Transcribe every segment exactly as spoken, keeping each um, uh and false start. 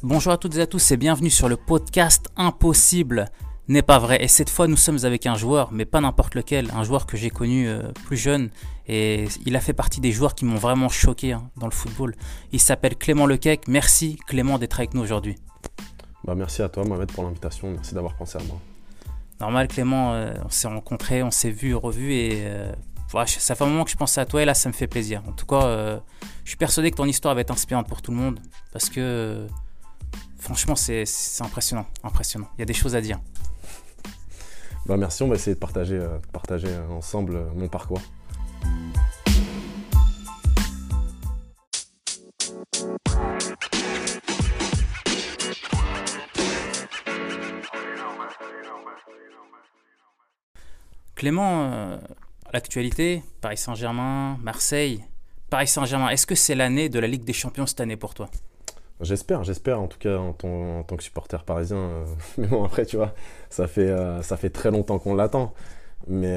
Bonjour à toutes et à tous et bienvenue sur le podcast Impossible n'est pas vrai. Et cette fois, nous sommes avec un joueur, mais pas n'importe lequel, un joueur que j'ai connu euh, plus jeune. Et il a fait partie des joueurs qui m'ont vraiment choqué hein, dans le football. Il s'appelle Clément Lequesque. Merci Clément d'être avec nous aujourd'hui. Bah, merci à toi Mohamed pour l'invitation, merci d'avoir pensé à moi. Normal Clément, euh, on s'est rencontrés, on s'est vus, revus et euh, ouais, ça fait un moment que je pensais à toi et là ça me fait plaisir. En tout cas, euh, je suis persuadé que ton histoire va être inspirante pour tout le monde parce que euh, franchement c'est, c'est impressionnant, impressionnant. Il y a des choses à dire. Bah, merci, on va essayer de partager, euh, partager ensemble euh, mon parcours. Clément, euh, l'actualité, Paris Saint-Germain, Marseille, Paris Saint-Germain, est-ce que c'est l'année de la Ligue des Champions cette année pour toi ? J'espère, j'espère en tout cas en, ton, en tant que supporter parisien. Euh, mais bon, après, tu vois, ça fait, euh, ça fait très longtemps qu'on l'attend. Mais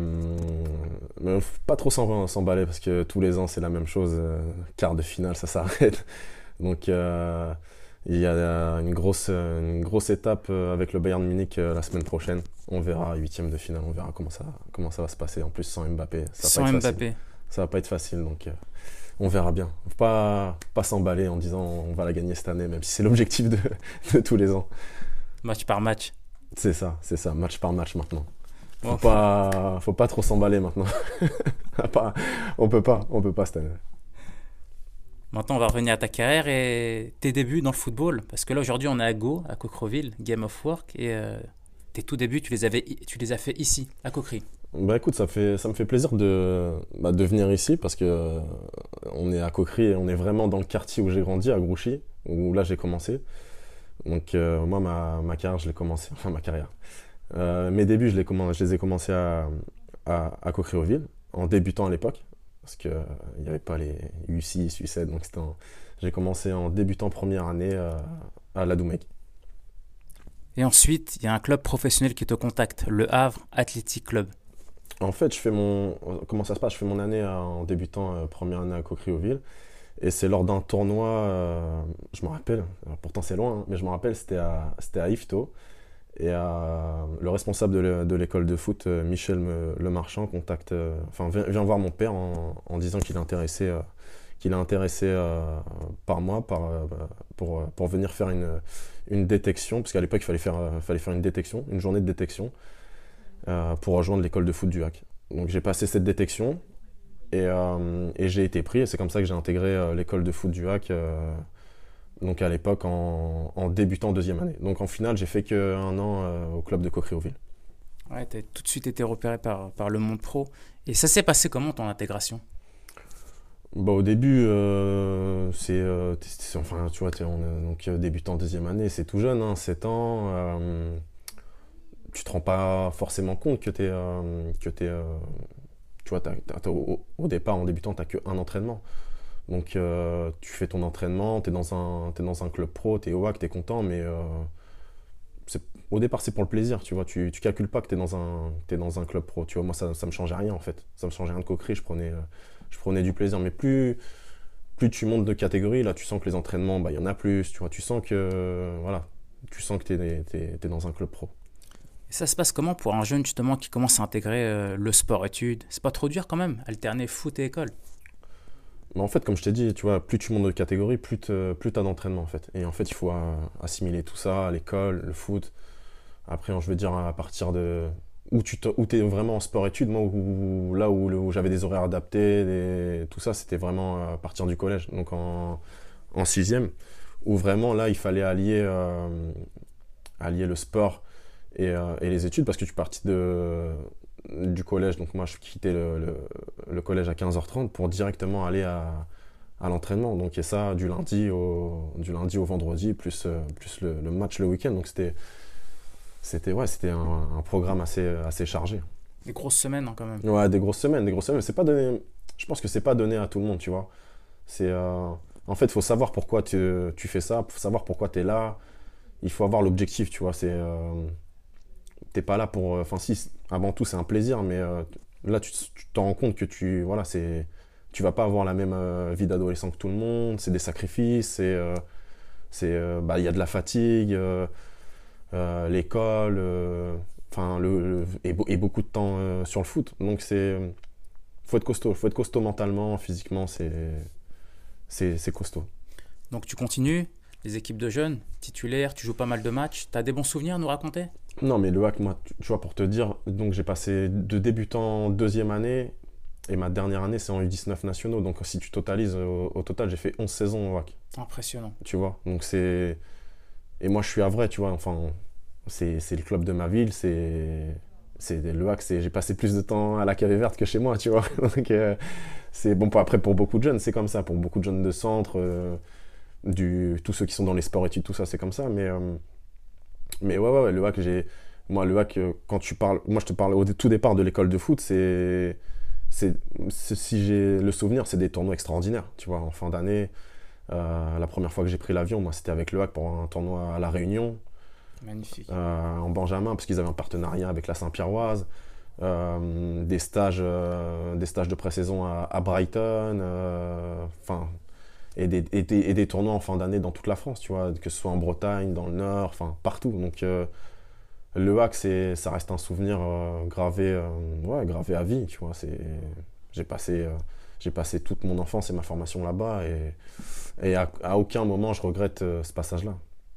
il ne faut pas trop s'en, s'emballer parce que tous les ans, c'est la même chose. Euh, quart de finale, ça s'arrête. Donc, euh, il y a une grosse, une grosse étape avec le Bayern Munich euh, la semaine prochaine. On verra, huitième de finale, on verra comment ça, comment ça va se passer. En plus, sans Mbappé, ça Sans va pas être Mbappé. facile. Ça va pas être facile, donc... Euh, On verra bien. Faut pas, pas s'emballer en disant on va la gagner cette année, même si c'est l'objectif de, de tous les ans. Match par match. C'est ça, c'est ça, match par match maintenant. Faut, Bon, pas, faut pas trop s'emballer maintenant. pas, on peut pas, on peut pas cette année. Maintenant, on va revenir à ta carrière et tes débuts dans le football. Parce que là, aujourd'hui, on est à Go, à Coquereville, Game of Work. Et euh, tes tout débuts, tu les, avais, tu les as fait ici, à Coquereville. Bah écoute, ça, fait, ça me fait plaisir de, bah, de venir ici parce que euh, on est à Coquereville et on est vraiment dans le quartier où j'ai grandi, à Grouchy, où là j'ai commencé. Donc euh, moi, ma, ma carrière, je l'ai commencé, enfin ma carrière. Euh, mes débuts, je les, comm- je les ai commencés à, à, à Coquereville, en débutant à l'époque, parce qu'il n'y avait pas les U six, U sept, donc c'était en- j'ai commencé en débutant première année euh, à la Doumec. Et ensuite, il y a un club professionnel qui te contacte, le Havre Athletic Club. En fait, je fais mon, comment ça se passe? Je fais mon année à- en débutant euh, première année à Coquereville, et c'est lors d'un tournoi, euh, je me rappelle, alors pourtant c'est loin, hein, mais je me rappelle, c'était à, c'était à Yvetot. Et euh, le responsable de, l'é- de l'école de foot, euh, Michel Me- Lemarchand, contacte, euh, enfin, vient, vient voir mon père en, en disant qu'il est intéressé, euh, qu'il est intéressé euh, par moi par, euh, pour, pour venir faire une, une détection, parce qu'à l'époque il fallait faire, euh, fallait faire une détection, une journée de détection euh, pour rejoindre l'école de foot du Hack. Donc j'ai passé cette détection et, euh, et j'ai été pris, et c'est comme ça que j'ai intégré euh, l'école de foot du Hack. Euh, donc à l'époque en, en débutant deuxième année. Donc en finale, j'ai fait qu'un an euh, au club de Coquereville. Ouais, tu as tout de suite été repéré par, par le monde pro. Et ça s'est passé comment ton intégration ? Bah, au début, euh, c'est, euh, t'es- t'es- enfin, tu vois, t'es en, euh, donc, euh, débutant deuxième année, c'est tout jeune, hein, sept ans. Euh, tu te rends pas forcément compte que t'es, euh, que t'es, euh, tu vois, t'as- t'as- t'as- au, au départ, en débutant, tu n'as qu'un entraînement. Donc euh, tu fais ton entraînement, tu es dans un, t'es dans un club pro, tu es au W A C, tu es content, mais euh, c'est- au départ, c'est pour le plaisir, tu vois. Tu, tu calcules pas que tu es dans un, t'es dans un club pro, tu vois. Moi, ça, ça me changeait rien, en fait. Ça me changeait rien de Coquerel, je prenais, euh, je prenais du plaisir. Mais plus, plus tu montes de catégorie, là, tu sens que les entraînements, bah, il y en a plus, tu vois. Tu sens que, euh, voilà, tu sens que tu es dans un club pro. Et ça se passe comment pour un jeune justement qui commence à intégrer euh, le sport-études ? C'est pas trop dur quand même, alterner foot et école ? Mais en fait, comme je t'ai dit, tu vois, plus tu montes de catégorie, plus tu as d'entraînement, en fait. Et en fait, il faut euh, assimiler tout ça, l'école, le foot. Après, je veux dire, à partir de où tu es vraiment en sport-études, moi, où, là où, où j'avais des horaires adaptés, des, tout ça, c'était vraiment à partir du collège, donc en, en sixième, où vraiment, là, il fallait allier, euh, allier le sport et, euh, et les études, parce que tu partis de, du collège, donc moi, je quittais le, le, le collège à quinze heures trente pour directement aller à, à l'entraînement, donc et ça, du lundi au, du lundi au vendredi, plus, plus le, le match le week-end, donc c'était C'était ouais, c'était un, un programme assez, assez chargé. Des grosses semaines hein, quand même. Ouais, des grosses semaines, des grosses semaines. C'est pas donné. Je pense que c'est pas donné à tout le monde, tu vois. C'est euh, en fait, il faut savoir pourquoi tu, tu fais ça, faut savoir pourquoi tu es là. Il faut avoir l'objectif, tu vois. C'est euh, t'es pas là pour. Enfin, si, avant tout, c'est un plaisir, mais euh, là, tu tu t'en rends compte que tu voilà, c'est tu vas pas avoir la même euh, vie d'adolescent que tout le monde. C'est des sacrifices, c'est euh, C'est, euh, bah, il y a de la fatigue, euh, euh, l'école, euh, enfin, le, le- et, be- et beaucoup de temps euh, sur le foot. Donc, c'est, faut être costaud, faut être costaud mentalement, physiquement, c'est, c'est, c'est costaud. Donc tu continues, les équipes de jeunes, titulaires, tu joues pas mal de matchs. Tu as des bons souvenirs à nous raconter? Non, mais le hack, moi, tu tu vois, pour te dire, donc j'ai passé de débutant en deuxième année et ma dernière année, c'est en U dix-neuf nationaux. Donc, si tu totalises, au, au total, j'ai fait onze saisons au hack, Impressionnant. tu vois. Donc, c'est. Et moi, je suis à vrai, tu vois. Enfin, c'est c'est le club de ma ville, c'est. C'est le hack, c'est j'ai passé plus de temps à la cave verte que chez moi, tu vois. Donc, euh, c'est bon, pour- après, pour beaucoup de jeunes, c'est comme ça. Pour beaucoup de jeunes de centre, euh, du, tous ceux qui sont dans les sports études, tout ça, c'est comme ça. Mais. euh, Mais ouais, ouais, ouais, le hack, j'ai. Moi, le hack, euh, quand tu parles. Moi, je te parle au dé- tout départ de l'école de foot, c'est. c'est- c'est- Si j'ai le souvenir, c'est des tournois extraordinaires. Tu vois, en fin d'année, euh, la première fois que j'ai pris l'avion, moi, c'était avec le hack pour un tournoi à La Réunion, Magnifique. euh, en Benjamin, parce qu'ils avaient un partenariat avec la Saint-Pierroise. Euh, des stages, euh, des stages de pré-saison à, à Brighton. euh, Enfin. Et des, et, des, et des tournois en fin d'année dans toute la France, tu vois, que ce soit en Bretagne, dans le Nord, enfin partout. Donc euh, le hack, c'est, ça reste un souvenir euh, gravé, euh, ouais, gravé à vie, tu vois. C'est, j'ai passé, euh, j'ai passé toute mon enfance et ma formation là-bas et, et à, à aucun moment je regrette euh, ce passage-là.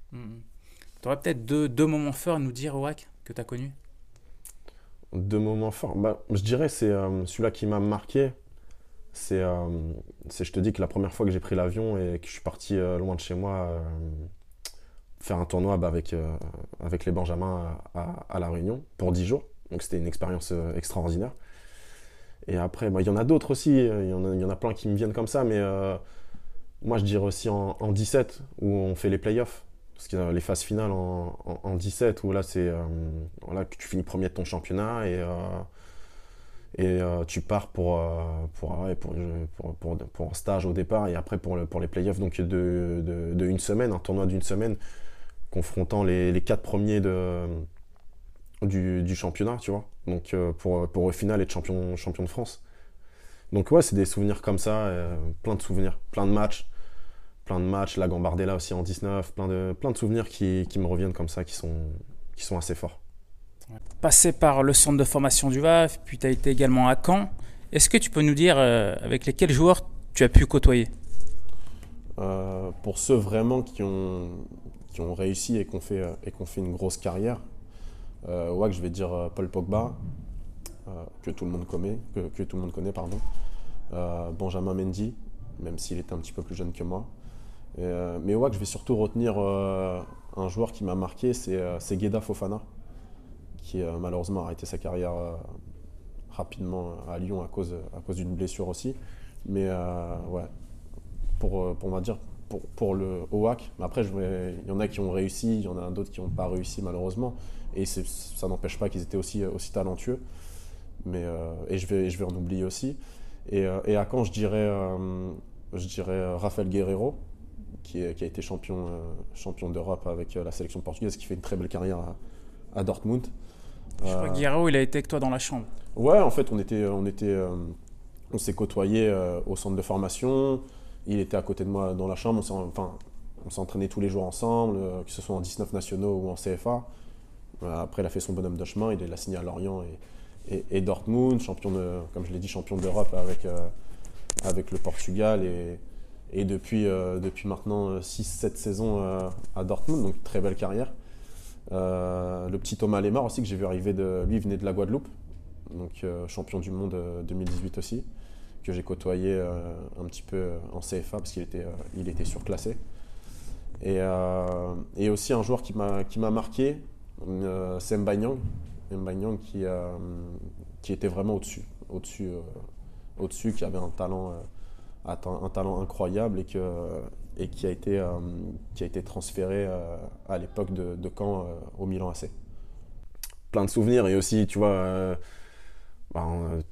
Tu aurais peut-être deux, deux moments forts à nous dire au W A C que tu as connu? Deux moments forts, bah, je dirais c'est euh, celui-là qui m'a marqué. C'est, euh, c'est, je te dis que la première fois que j'ai pris l'avion et que je suis parti euh, loin de chez moi euh, faire un tournoi bah, avec, euh, avec les Benjamins à, à- à La Réunion pour dix jours. Donc c'était une expérience euh, extraordinaire. Et après, bah, il y en a d'autres aussi, euh, il y en a, il y en a plein qui me viennent comme ça, mais euh, moi je dirais aussi en, en dix-sept où on fait les playoffs. Parce qu'il y a les phases finales en, en, en dix-sept où là, c'est, euh, voilà, que tu finis premier de ton championnat et, euh, et euh, tu pars pour, euh, pour, ouais, pour, pour, pour, pour un stage au départ et après pour, le, pour les playoffs donc de, de, de une semaine, un tournoi d'une semaine confrontant les, les quatre premiers de, du, du championnat, tu vois. Donc euh, pour, pour au final être champion, champion de France. Donc ouais, c'est des souvenirs comme ça, euh, plein de souvenirs, plein de matchs, plein de matchs, la Gambardella aussi en dix-neuf, plein de, plein de souvenirs qui, qui me reviennent comme ça, qui sont, qui sont assez forts. Passé par le centre de formation du V A F, puis tu as été également à Caen. Est-ce que tu peux nous dire euh, avec lesquels joueurs tu as pu côtoyer? Euh, pour ceux vraiment qui ont, qui ont réussi et qui ont fait, euh, et qui ont fait une grosse carrière, euh, ouais, je vais dire euh, Paul Pogba, euh, que tout le monde connaît, que, que tout le monde connaît, pardon. Euh, Benjamin Mendy, même s'il était un petit peu plus jeune que moi. Et, euh, mais ouais, que je vais surtout retenir euh, un joueur qui m'a marqué, c'est euh, c'est Gueda Fofana, qui euh, malheureusement a arrêté sa carrière euh, rapidement à Lyon à cause, à cause d'une blessure aussi. Mais euh, ouais, pour, euh, pour, on va dire, pour, pour le O A C. Mais après, je vais- il y en a qui ont réussi, il y en a d'autres qui n'ont pas réussi malheureusement. Et c'est- ça n'empêche pas qu'ils étaient aussi, aussi talentueux. Mais, euh, et je vais, je vais en oublier aussi. Et, euh, et à Caen, je dirais, euh, je dirais euh, Rafael Guerreiro, qui, est- qui a été champion, euh, champion d'Europe avec euh, la sélection portugaise, qui fait une très belle carrière à, à Dortmund. Je crois que Euh, Guerrero, il a été avec toi dans la chambre. ouais, en fait, on était, on était, euh, on s'est côtoyés euh, au centre de formation. Il était à côté de moi dans la chambre. On s'est, enfin, on s'entraînait tous les jours ensemble, euh, que ce soit en dix-neuf nationaux ou en C F A. Euh, après, il a fait son bonhomme de chemin. Il a signé à Lorient et, et, et Dortmund, champion de, comme je l'ai dit, champion d'Europe avec, euh, avec le Portugal. Et, et depuis, euh, depuis maintenant six sept saisons euh, à Dortmund, donc très belle carrière. Euh, le petit Thomas Lemar aussi, que j'ai vu arriver, de, lui il venait de la Guadeloupe, donc euh, champion du monde euh, deux mille dix-huit aussi, que j'ai côtoyé euh, un petit peu euh, en C F A parce qu'il était, euh, il était surclassé. Et, euh, et aussi un joueur qui m'a, qui m'a marqué, euh, c'est Mbanyang, Mbanyang qui, euh, qui était vraiment au-dessus, au-dessus, euh, au-dessus, qui avait un talent, euh, un talent incroyable et, que, et qui, a été, euh, qui a été transféré euh, à l'époque de, de Caen euh, au Milan A C. Plein de souvenirs et aussi, tu vois, euh, bah, euh,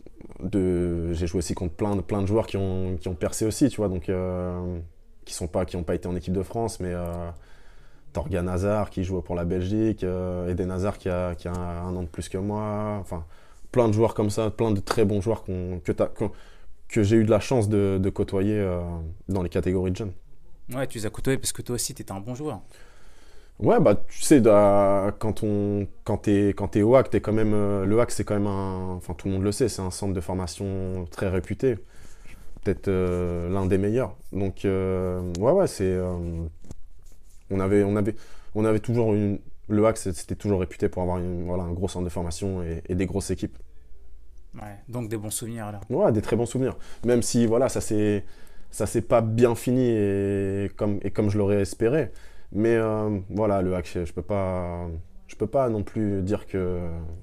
de, j'ai joué aussi contre plein de, plein de joueurs qui ont, qui ont percé aussi, tu vois, donc euh, qui sont pas, qui n'ont pas été en équipe de France, mais euh, Torgan Hazard qui joue pour la Belgique, euh, Eden Hazard qui a, qui a un, un an de plus que moi, enfin plein de joueurs comme ça, plein de très bons joueurs qu'on, que, que, que j'ai eu de la chance de, de côtoyer euh, dans les catégories de jeunes. Ouais, tu les as côtoyés parce que toi aussi, tu étais un bon joueur. Ouais, bah tu sais, da- quand on, quand t'es, quand t'es au H A C, t'es quand même, euh, le H A C c'est quand même un, enfin tout le monde le sait, c'est un centre de formation très réputé, peut-être euh, l'un des meilleurs. Donc euh, ouais, ouais, c'est, euh, on avait, on avait, on avait toujours une, le H A C c'était toujours réputé pour avoir une, voilà, un gros centre de formation et, et des grosses équipes. Ouais, donc des bons souvenirs là. Ouais, des très bons souvenirs. Même si voilà, ça s'est, ça s'est pas bien fini et comme, et comme je l'aurais espéré. Mais euh, voilà, le hack, je peux pas, je peux pas non plus dire que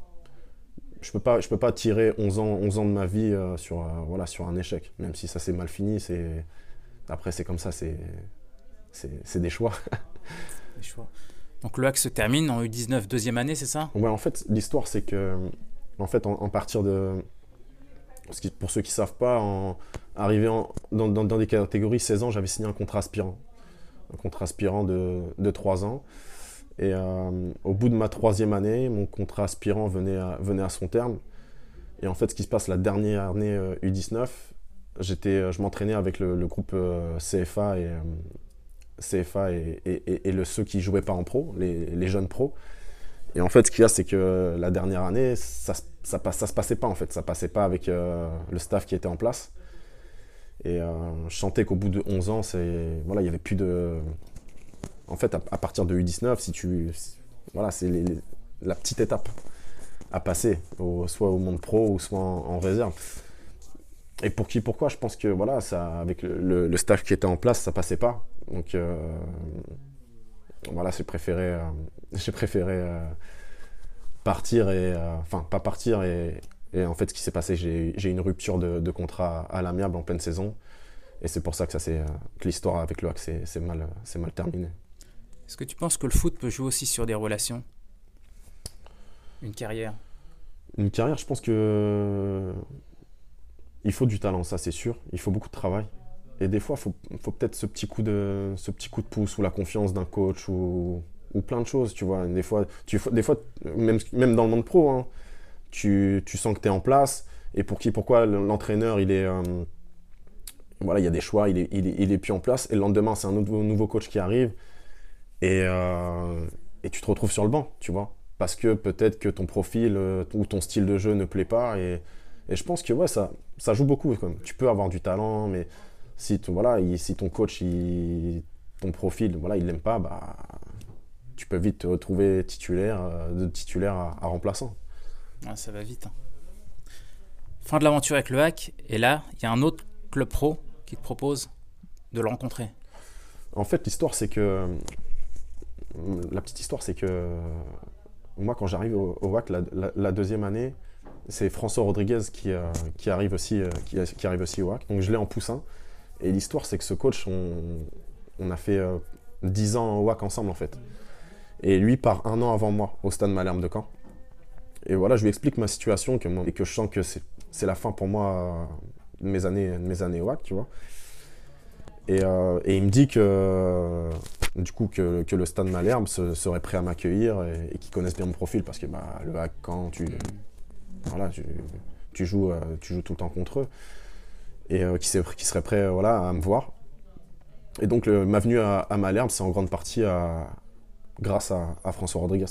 je peux pas, je peux pas tirer onze ans, onze ans de ma vie euh, sur, euh, voilà, sur un échec. Même si ça s'est mal fini, c'est après c'est comme ça, c'est, c'est, c'est des choix. Les choix. Donc le hack se termine en U dix-neuf, deuxième année, c'est ça? Ouais, en fait, l'histoire c'est que, en fait, en, en partir de, parce que pour ceux qui savent pas, en, arrivé en- dans, dans- dans des catégories seize ans, j'avais signé un contrat aspirant, un contrat aspirant de, de trois ans. Et euh, au bout de ma troisième année, mon contrat aspirant venait à, venait à son terme. Et en fait, ce qui se passe la dernière année euh, U dix-neuf, j'étais, euh, je m'entraînais avec le, le groupe euh, C F A et, euh, C F A et, et, et- et le, ceux qui jouaient pas en pro, les, les jeunes pros. Et en fait, ce qu'il y a, c'est que la dernière année, ça, se- ça, passe- ça se passait pas en fait. Ça passait pas avec euh, le staff qui était en place. Et euh, je sentais qu'au bout de onze ans, c'est, voilà, il y avait plus de. En fait, à, à partir de U dix-neuf, si tu, si- voilà, c'est les- les- la petite étape à passer, au- soit au monde pro ou soit en, en réserve. Et pour qui, pourquoi? Je pense que voilà, ça, avec le, le- le staff qui était en place, ça passait pas. Donc euh, voilà, j'ai préféré, euh, j'ai préféré euh, partir et, euh, enfin, pas partir et, et en fait, ce qui s'est passé, j'ai j'ai eu une rupture de, de contrat à l'amiable en pleine saison. Et c'est pour ça que ça s'est, euh, que l'histoire avec le H A C c'est c'est mal, c'est mal terminé. Est-ce que tu penses que le foot peut jouer aussi sur des relations? Une carrière? Une carrière, je pense que il faut du talent, ça c'est sûr. Il faut beaucoup de travail. Et des fois, il faut, faut peut-être ce petit coup de, ce petit coup de pouce ou la confiance d'un coach ou, ou plein de choses, tu vois. Des fois, tu, des fois même, même dans le monde pro, hein, tu, tu sens que tu es en place. Et pour qui, pourquoi l'entraîneur, il est, euh, voilà, il y a des choix, il est, il est, il est plus en place. Et le lendemain, c'est un nouveau, nouveau coach qui arrive. Et, euh, et tu te retrouves sur le banc, tu vois. Parce que peut-être que ton profil euh, ou ton style de jeu ne plaît pas. Et, et je pense que ouais, ça, ça joue beaucoup. Quand même. Tu peux avoir du talent, mais si, tu- voilà, il- si ton coach, il- ton profil, voilà, il l'aime pas, bah, tu peux vite te retrouver titulaire, euh, de titulaire à, à remplaçant. Ouais, ça va vite, hein. Fin de l'aventure avec le hack, et là, il y a un autre club pro qui te propose de le rencontrer. En fait, l'histoire, c'est que. La petite histoire, c'est que. Moi, quand j'arrive au, au W A C la, la- la deuxième année, c'est François Rodriguez qui, euh, qui, arrive aussi, euh, qui, qui arrive aussi au W A C. Donc je l'ai en poussin. Et l'histoire, c'est que ce coach, on, on a fait euh, dix ans au W A C ensemble, en fait. Et lui part un an avant moi au Stade Malherbe de Caen. Et voilà, je lui explique ma situation que moi- et que je sens que c'est c'est la fin pour moi euh, de mes années, de mes années au W A C, tu vois. Et, euh, et il me dit que, du coup, que, que le Stade Malherbe se- serait prêt à m'accueillir et, et qu'ils connaissent bien mon profil parce que bah, le W A C, quand tu, voilà, tu, tu joues, euh, tu joues tout le temps contre eux et euh, qui, qui serait prêt euh, voilà, à me voir. Et donc, le- ma venue à, à Malherbe, c'est en grande partie à, grâce à, à François Rodriguez.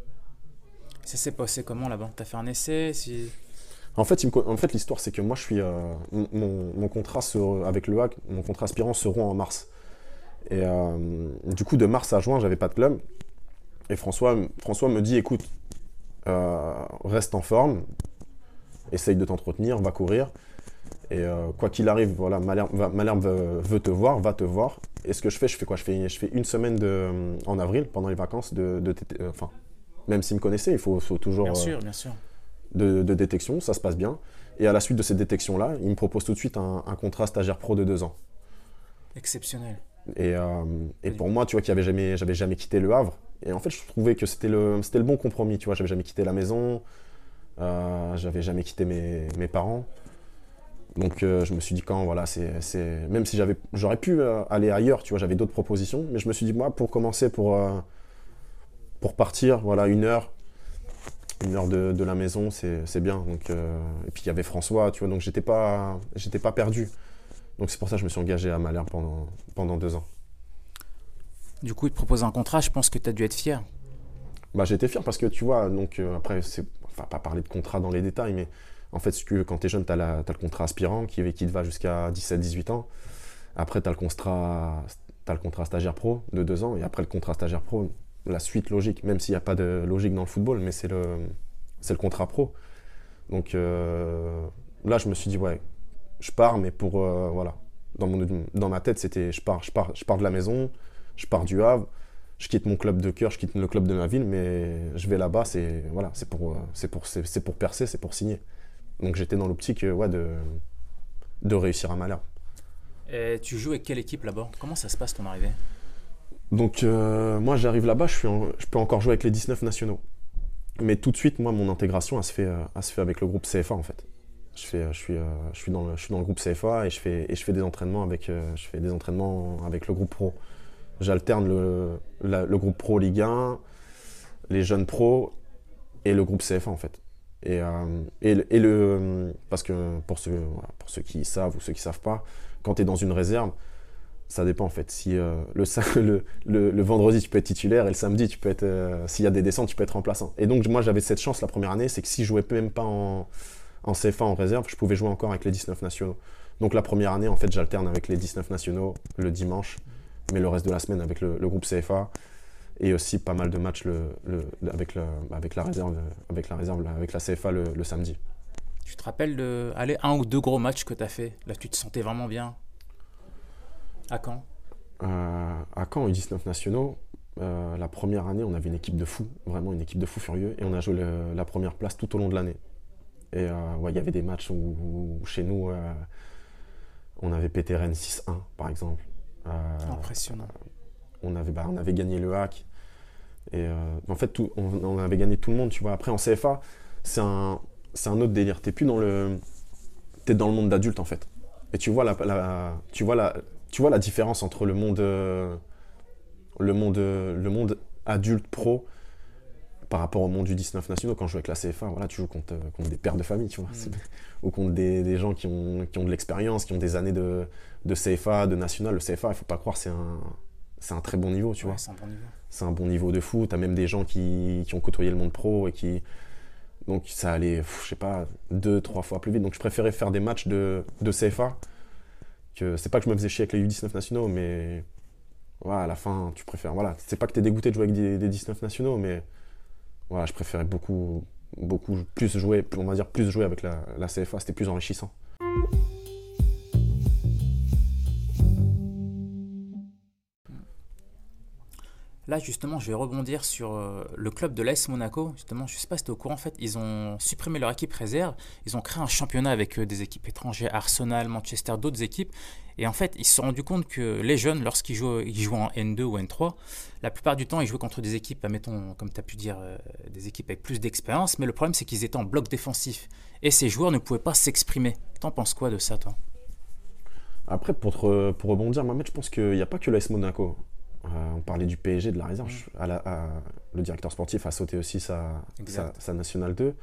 Ça s'est passé comment là-bas? T'as fait un essai si... En fait, il me co- en fait, l'histoire, c'est que moi, je suis, euh, mon, mon- mon contrat se- avec le W A C, mon contrat aspirant se rompt en mars. Et euh, du coup, de mars à juin, j'avais pas de club. Et François, François me dit, écoute, euh, reste en forme, essaye de t'entretenir, va courir. Et euh, quoi qu'il arrive, voilà, Malherbe, va- Malherbe veut, veut te voir, va te voir. Et ce que je fais, je fais quoi je fais, je fais une semaine de, en avril, pendant les vacances, de, de, T T euh, enfin, même s'il me connaissait, il faut, faut toujours... Bien euh, sûr, bien sûr. de, de détection, ça se passe bien. Et à la suite de cette détection-là, il me propose tout de suite un, un contrat stagiaire pro de deux ans. Exceptionnel. Et, euh, et pour moi, tu vois, qui avait jamais, j'avais jamais quitté Le Havre. Et en fait, je trouvais que c'était le, c'était le bon compromis. Tu vois, j'avais jamais quitté la maison, euh, j'avais jamais quitté mes, mes parents. Donc, euh, je me suis dit quand, voilà, c'est, c'est, même si j'avais, j'aurais pu euh, aller ailleurs, tu vois, j'avais d'autres propositions. Mais je me suis dit, moi, pour commencer, pour, euh, pour partir, voilà, une heure, une heure de, de la maison, c'est, c'est bien. Donc, euh, et puis il y avait François, tu vois, donc j'étais pas, j'étais pas perdu. Donc c'est pour ça que je me suis engagé à Malherbe pendant, pendant deux ans. Du coup, il te propose un contrat, je pense que tu as dû être fier. Bah, j'étais fier parce que tu vois, donc euh, après, c'est, enfin, pas parler de contrat dans les détails, mais en fait, si tu veux, quand tu es jeune, tu as, le contrat aspirant qui, qui te va jusqu'à dix-sept dix-huit ans. Après, tu as le contrat, t'as le contrat stagiaire pro de deux ans. Et après le contrat stagiaire pro, la suite logique, même s'il n'y a pas de logique dans le football, mais c'est le, c'est le contrat pro. Donc euh, là, je me suis dit, ouais, je pars, mais pour. Euh, voilà. Dans, mon, dans ma tête, c'était je pars, je, pars, je pars de la maison, je pars du Havre, je quitte mon club de cœur, je quitte le club de ma ville, mais je vais là-bas, c'est voilà, c'est pour, c'est pour, c'est, c'est pour percer, c'est pour signer. Donc j'étais dans l'optique ouais, de, de réussir à Malherbe. Et tu joues avec quelle équipe là-bas? Comment ça se passe ton arrivée? Donc euh, moi j'arrive là-bas, je, suis en, je peux encore jouer avec les dix-neuf nationaux. Mais tout de suite, moi, mon intégration, elle se fait, euh, elle se fait avec le groupe C F A en fait. Je, fais, je, suis, euh, je, suis dans le, je suis dans le groupe C F A et je fais, et je fais des entraînements avec, euh, je fais des entraînements avec le groupe pro. J'alterne le, la- le groupe pro Ligue un, les jeunes pros et le groupe C F A en fait. Et, euh, et, le- et le, parce que pour ceux, voilà, pour ceux qui savent ou ceux qui savent pas, quand tu es dans une réserve, ça dépend en fait. Si euh, le, le, le, le vendredi tu peux être titulaire et le samedi tu peux être, euh, s'il y a des descentes tu peux être remplaçant. Et donc moi j'avais cette chance la première année, c'est que si je jouais même pas en, en C F A en réserve, je pouvais jouer encore avec les dix-neuf nationaux. Donc la première année en fait j'alterne avec les dix-neuf nationaux le dimanche, mais le reste de la semaine avec le, le groupe C F A et aussi pas mal de matchs le, le, avec, le, avec la réserve, avec la réserve, avec la C F A le, le samedi. Tu te rappelles de aller un ou deux gros matchs que tu as fait? Là, tu te sentais vraiment bien. À Caen? Euh, à Caen, les dix-neuf nationaux, euh, la première année, on avait une équipe de fous, vraiment une équipe de fous furieux, et on a joué le- la première place tout au long de l'année. Et euh, ouais, il y avait des matchs où, où chez nous, euh, on avait pété Rennes six un, par exemple. Euh, Impressionnant. on, avait, bah, on avait gagné le hack. Et euh, en fait, tout, on, on avait gagné tout le monde, tu vois. Après, en C F A, c'est un, c'est un autre délire. T'es plus dans le, t'es dans le monde d'adulte, en fait. Et tu vois la, la- tu vois la, tu vois la différence entre le monde, euh, le monde, euh, le monde adulte pro par rapport au monde du dix-neuf nationaux. Quand je joue avec la C F A, voilà, tu joues contre, euh, contre des pères de famille, tu vois. Mm. Ou contre des, des gens qui ont, qui ont de l'expérience, qui ont des années de, de C F A, de national. Le C F A, il faut pas croire, c'est un, c'est un très bon niveau, tu Ouais, vois. c'est un bon niveau. C'est un bon niveau de fou. Tu as même des gens qui, qui ont côtoyé le monde pro et qui. Donc ça allait, pff, je sais pas, deux, trois fois plus vite. Donc je préférais faire des matchs de, de C F A. Que c'est pas que je me faisais chier avec les U dix-neuf nationaux, mais voilà, à la fin, tu préfères. Voilà, c'est pas que t'es dégoûté de jouer avec des, des dix-neuf nationaux, mais voilà, je préférais beaucoup, beaucoup plus jouer, on va dire plus jouer avec la, la C F A. C'était plus enrichissant. Là, justement, je vais rebondir sur euh, le club de l'A S Monaco. Justement, je ne sais pas si tu es au courant, en fait, ils ont supprimé leur équipe réserve. Ils ont créé un championnat avec euh, des équipes étrangères, Arsenal, Manchester, d'autres équipes. Et en fait, ils se sont rendus compte que les jeunes, lorsqu'ils jouent, ils jouent en N deux ou N trois, la plupart du temps, ils jouaient contre des équipes, admettons, comme tu as pu dire, euh, des équipes avec plus d'expérience. Mais le problème, c'est qu'ils étaient en bloc défensif. Et ces joueurs ne pouvaient pas s'exprimer. T'en penses quoi de ça, toi? Après, pour, te- pour rebondir, Mohamed, je pense qu'il n'y a pas que l'A S Monaco. Euh, on parlait du P S G, de la réserve. Mm. Je- à la- à- le directeur sportif a sauté aussi sa, sa, Exact. sa Nationale deux.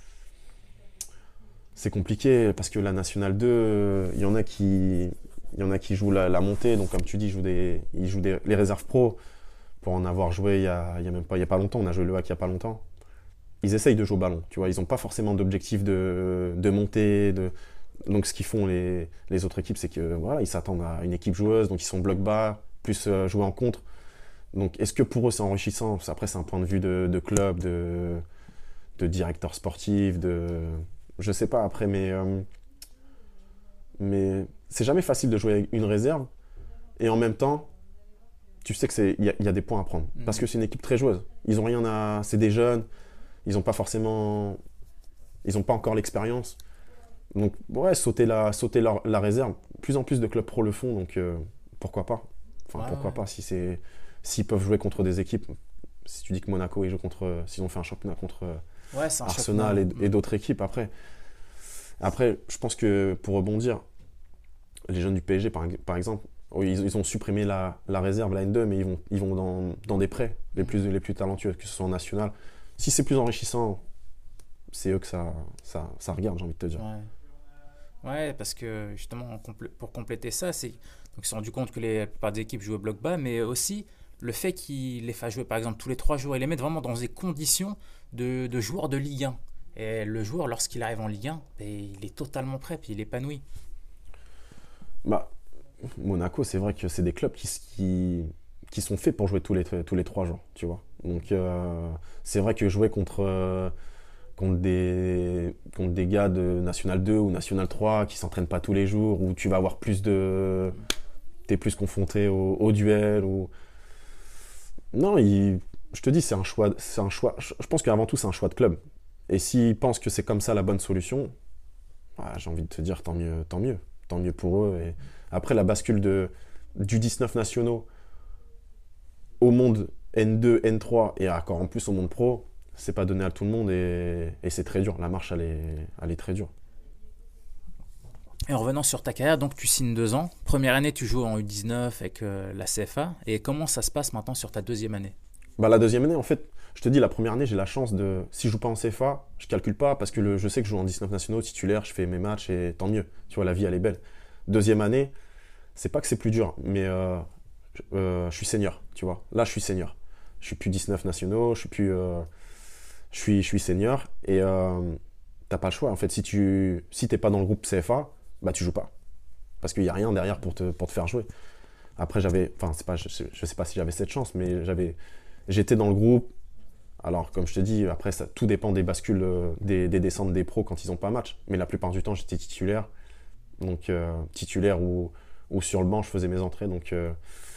C'est compliqué parce que la Nationale deux, il y en a qui, il y en a qui jouent la, la montée. Donc, comme tu dis, ils jouent, des, ils jouent des, les réserves pro. Pour en avoir joué il y a, il y a même pas, il y a pas longtemps, on a joué le hack il y a pas longtemps. Ils essayent de jouer au ballon, tu vois. Ils n'ont pas forcément d'objectif de, de monter. De... Donc, ce qu'ils font les, les autres équipes, c'est que voilà, ils s'attendent à une équipe joueuse, donc ils sont bloc bas, plus euh, jouer en contre. Donc, est-ce que pour eux c'est enrichissant? Après, c'est un point de vue de, de club, de, de directeur sportif, de. Je sais pas après, mais. euh, mais c'est jamais facile de jouer avec une réserve et en même temps, tu sais que c'est il y, a- il y a des points à prendre Mhm. parce que c'est une équipe très joueuse. Ils ont rien à. C'est des jeunes, ils ont pas forcément. Ils ont pas encore l'expérience. Donc, ouais, sauter la, sauter leur- la réserve. Plus en plus de clubs pro le font, donc euh, pourquoi pas? Enfin, Ouais, pourquoi ouais. pas si c'est s'ils peuvent jouer contre des équipes. Si tu dis que Monaco ils jouent contre, s'ils ont fait un championnat contre euh, Ouais, c'est un Arsenal championnat. et, et Mm. d'autres équipes après. Après, je pense que pour rebondir, les jeunes du P S G par, par exemple, oh, ils, ils ont supprimé la, la réserve, la N deux, mais ils vont, ils vont dans, dans des prêts les plus, les plus talentueux, que ce soit en national. Si c'est plus enrichissant, c'est eux que ça, ça, ça regarde, j'ai envie de te dire. Ouais. Ouais, parce que justement, en complé- pour compléter ça, c'est donc ils se sont rendus compte que les, la plupart des équipes jouaient au bloc bas, mais aussi le fait qu'il les fasse jouer par exemple tous les trois jours, il les met vraiment dans des conditions de, de joueurs de Ligue un. Et le joueur, lorsqu'il arrive en Ligue un, ben, il est totalement prêt, puis il est épanoui. Bah, Monaco, c'est vrai que c'est des clubs qui, qui, qui sont faits pour jouer tous les, tous les trois jours, tu vois. Donc, euh, c'est vrai que jouer contre, euh, contre, des, contre des gars de National deux ou National trois qui s'entraînent pas tous les jours, où tu vas avoir plus de... T'es plus confronté au, au duel. Ou... Non, il, je te dis, c'est un choix. C'est un choix. Je pense qu'avant tout, c'est un choix de club. Et s'ils pensent que c'est comme ça la bonne solution, bah, j'ai envie de te dire tant mieux, tant mieux. Tant mieux pour eux. Et après, la bascule de, du dix-neuf nationaux au monde N deux, N trois et encore en plus au monde pro, c'est pas donné à tout le monde et, et c'est très dur. La marche, elle est, elle est très dure. Et en revenant sur ta carrière, donc tu signes deux ans. Première année, tu joues en U dix-neuf avec euh, la C F A. Et comment ça se passe maintenant sur ta deuxième année? Bah, la deuxième année, en fait, je te dis, la première année, j'ai la chance de. Si je joue pas en C F A, je calcule pas parce que le, je sais que je joue en dix-neuf nationaux, titulaire, je fais mes matchs et tant mieux. Tu vois, la vie, elle est belle. Deuxième année, c'est pas que c'est plus dur, mais euh, je, euh, je suis senior, tu vois. Là, je suis senior. Je suis plus dix-neuf nationaux, je suis plus. Euh, je, suis, je suis senior et euh, t'as pas le choix. En fait, si tu si t'es pas dans le groupe C F A, bah tu joues pas. Parce qu'il n'y a rien derrière pour te, pour te faire jouer. Après, j'avais. Enfin, c'est pas, je, je sais pas si j'avais cette chance, mais j'avais. J'étais dans le groupe. Alors, comme je te dis, après, ça, tout dépend des bascules, euh, des, des descentes des pros quand ils n'ont pas match. Mais la plupart du temps, j'étais titulaire. Donc, euh, titulaire ou, ou sur le banc, je faisais mes entrées. Donc, euh,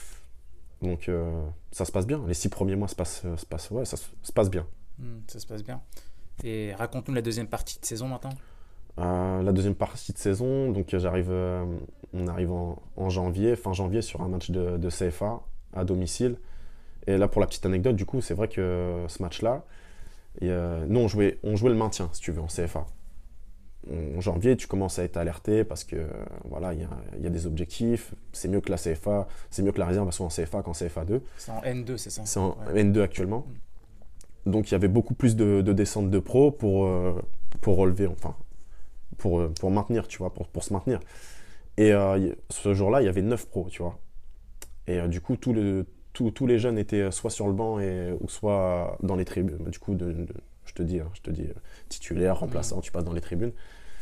donc euh, ça se passe bien. Les six premiers mois se passent, se passent, ouais, ça se, se passe bien. Hmm, ça se passe bien. Et raconte-nous la deuxième partie de saison maintenant. Euh, la deuxième partie de saison, donc j'arrive, euh, on arrive en, en janvier, fin janvier, sur un match de, de C F A à domicile. Et là, pour la petite anecdote, du coup, c'est vrai que ce match-là, et, euh, nous, on jouait, on jouait le maintien, si tu veux, en C F A. En janvier, tu commences à être alerté parce que euh, voilà, il y a, y a des objectifs. C'est mieux que la C F A, c'est mieux que la réserve soit en C F A qu'en C F A deux. C'est en N deux, c'est ça? C'est en Ouais. N deux actuellement. Donc, il y avait beaucoup plus de, de descentes de pro pour, euh, pour relever, enfin, pour, euh, pour maintenir, tu vois, pour, pour se maintenir. Et euh, ce jour-là, il y avait neuf pros, tu vois. Et euh, du coup, tout le, tout- tous les jeunes étaient soit sur le banc et, ou soit dans les tribunes. Du coup, de, de- je te dis, hein, je te dis euh, titulaire, remplaçant, tu passes dans les tribunes.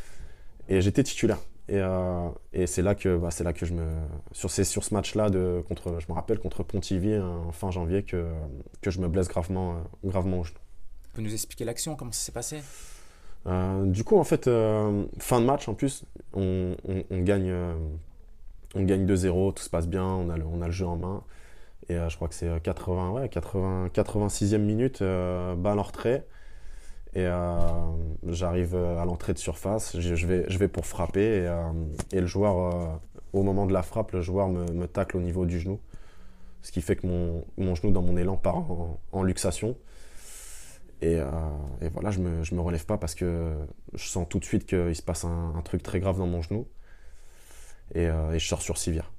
Et j'étais titulaire. Et, euh, et c'est là que, bah, c'est là que je me, sur, ces, sur ce match-là de contre, je me rappelle contre Pontivy en fin janvier que, que je me blesse gravement, euh, gravement au genou. Tu peux nous expliquer l'action, comment ça s'est passé? Euh, du coup, en fait, euh, fin de match en plus, on, on- on gagne, euh, on gagne deux zéro, tout se passe bien, on a le, on a le jeu en main. Et euh, je crois que c'est euh, quatre-vingts, ouais, quatre-vingts, quatre-vingt-sixième minute, euh, balle en retrait. Et euh, j'arrive euh, à l'entrée de surface, je, je vais, je vais pour frapper. Et, euh, et le joueur, euh, au moment de la frappe, le joueur me, me tacle au niveau du genou. Ce qui fait que mon, mon genou, dans mon élan, part en, en luxation. Et, euh, et voilà, je me, je me relève pas parce que je sens tout de suite qu'il se passe un, un truc très grave dans mon genou. Et, euh, et je sors sur civière.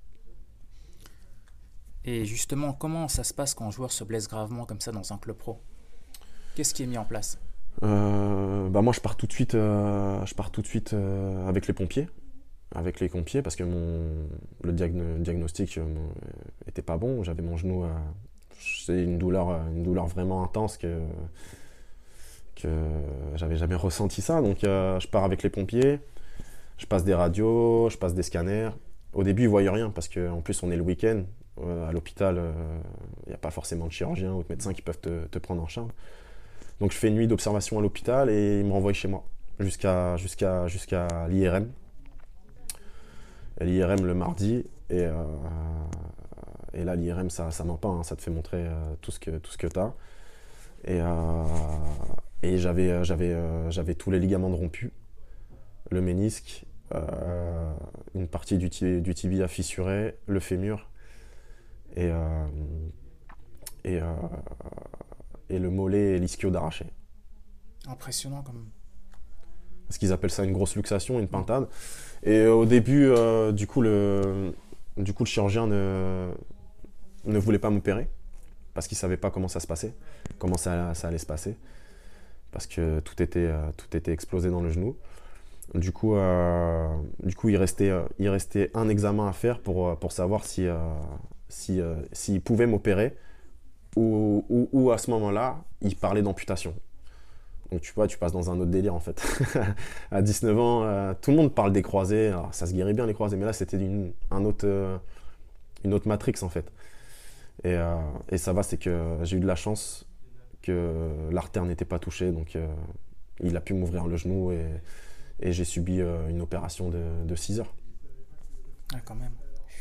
Et justement, comment ça se passe quand un joueur se blesse gravement comme ça dans un club pro? Qu'est-ce qui est mis en place? Euh, bah moi, je pars tout de suite, euh, je pars tout de suite euh, avec les pompiers. Avec les pompiers parce que mon, le diagno- diagnostic euh, était pas bon. J'avais mon genou, euh, c'est une douleur, euh, une douleur vraiment intense que, que j'avais jamais ressenti ça. Donc euh, je pars avec les pompiers, je passe des radios, je passe des scanners. Au début, ils voyaient rien parce qu'en plus, on est le week-end. Euh, à l'hôpital, il n'y a pas forcément de chirurgien ou de médecin qui peuvent te, te prendre en charge. Donc je fais une nuit d'observation à l'hôpital et ils me renvoient chez moi jusqu'à jusqu'à jusqu'à l'I R M. L'I R M le mardi et, euh, et là l'I R M ça, ça ment pas, hein, ça te fait montrer euh, tout ce que, tout ce que tu as. Et, euh, et j'avais, j'avais, euh, j'avais tous les ligaments de rompus, le ménisque, euh, une partie du, ti- du tibia fissuré, le fémur et, euh, et, euh, et le mollet et l'ischio d'arraché. Impressionnant quand même. Ce qu'ils appellent ça une grosse luxation, une pintade. Et au début, euh, du, coup, le, du coup, le chirurgien ne, ne voulait pas m'opérer parce qu'il ne savait pas comment ça se passait, comment ça, ça allait se passer, parce que tout était, euh, tout était explosé dans le genou. Du coup, euh, du coup il, restait, euh, il restait un examen à faire pour, euh, pour savoir si, euh, si, euh, s'il pouvait m'opérer ou, ou, ou à ce moment-là, il parlait d'amputation. Donc tu vois, tu passes dans un autre délire en fait. À dix-neuf ans, euh, tout le monde parle des croisés. Alors, ça se guérit bien les croisés, mais là c'était une, un autre, euh, une autre matrix en fait. Et, euh, et ça va, c'est que j'ai eu de la chance que l'artère n'était pas touchée, donc euh, il a pu m'ouvrir le genou et, et j'ai subi euh, une opération de, de six heures. Ah, quand même.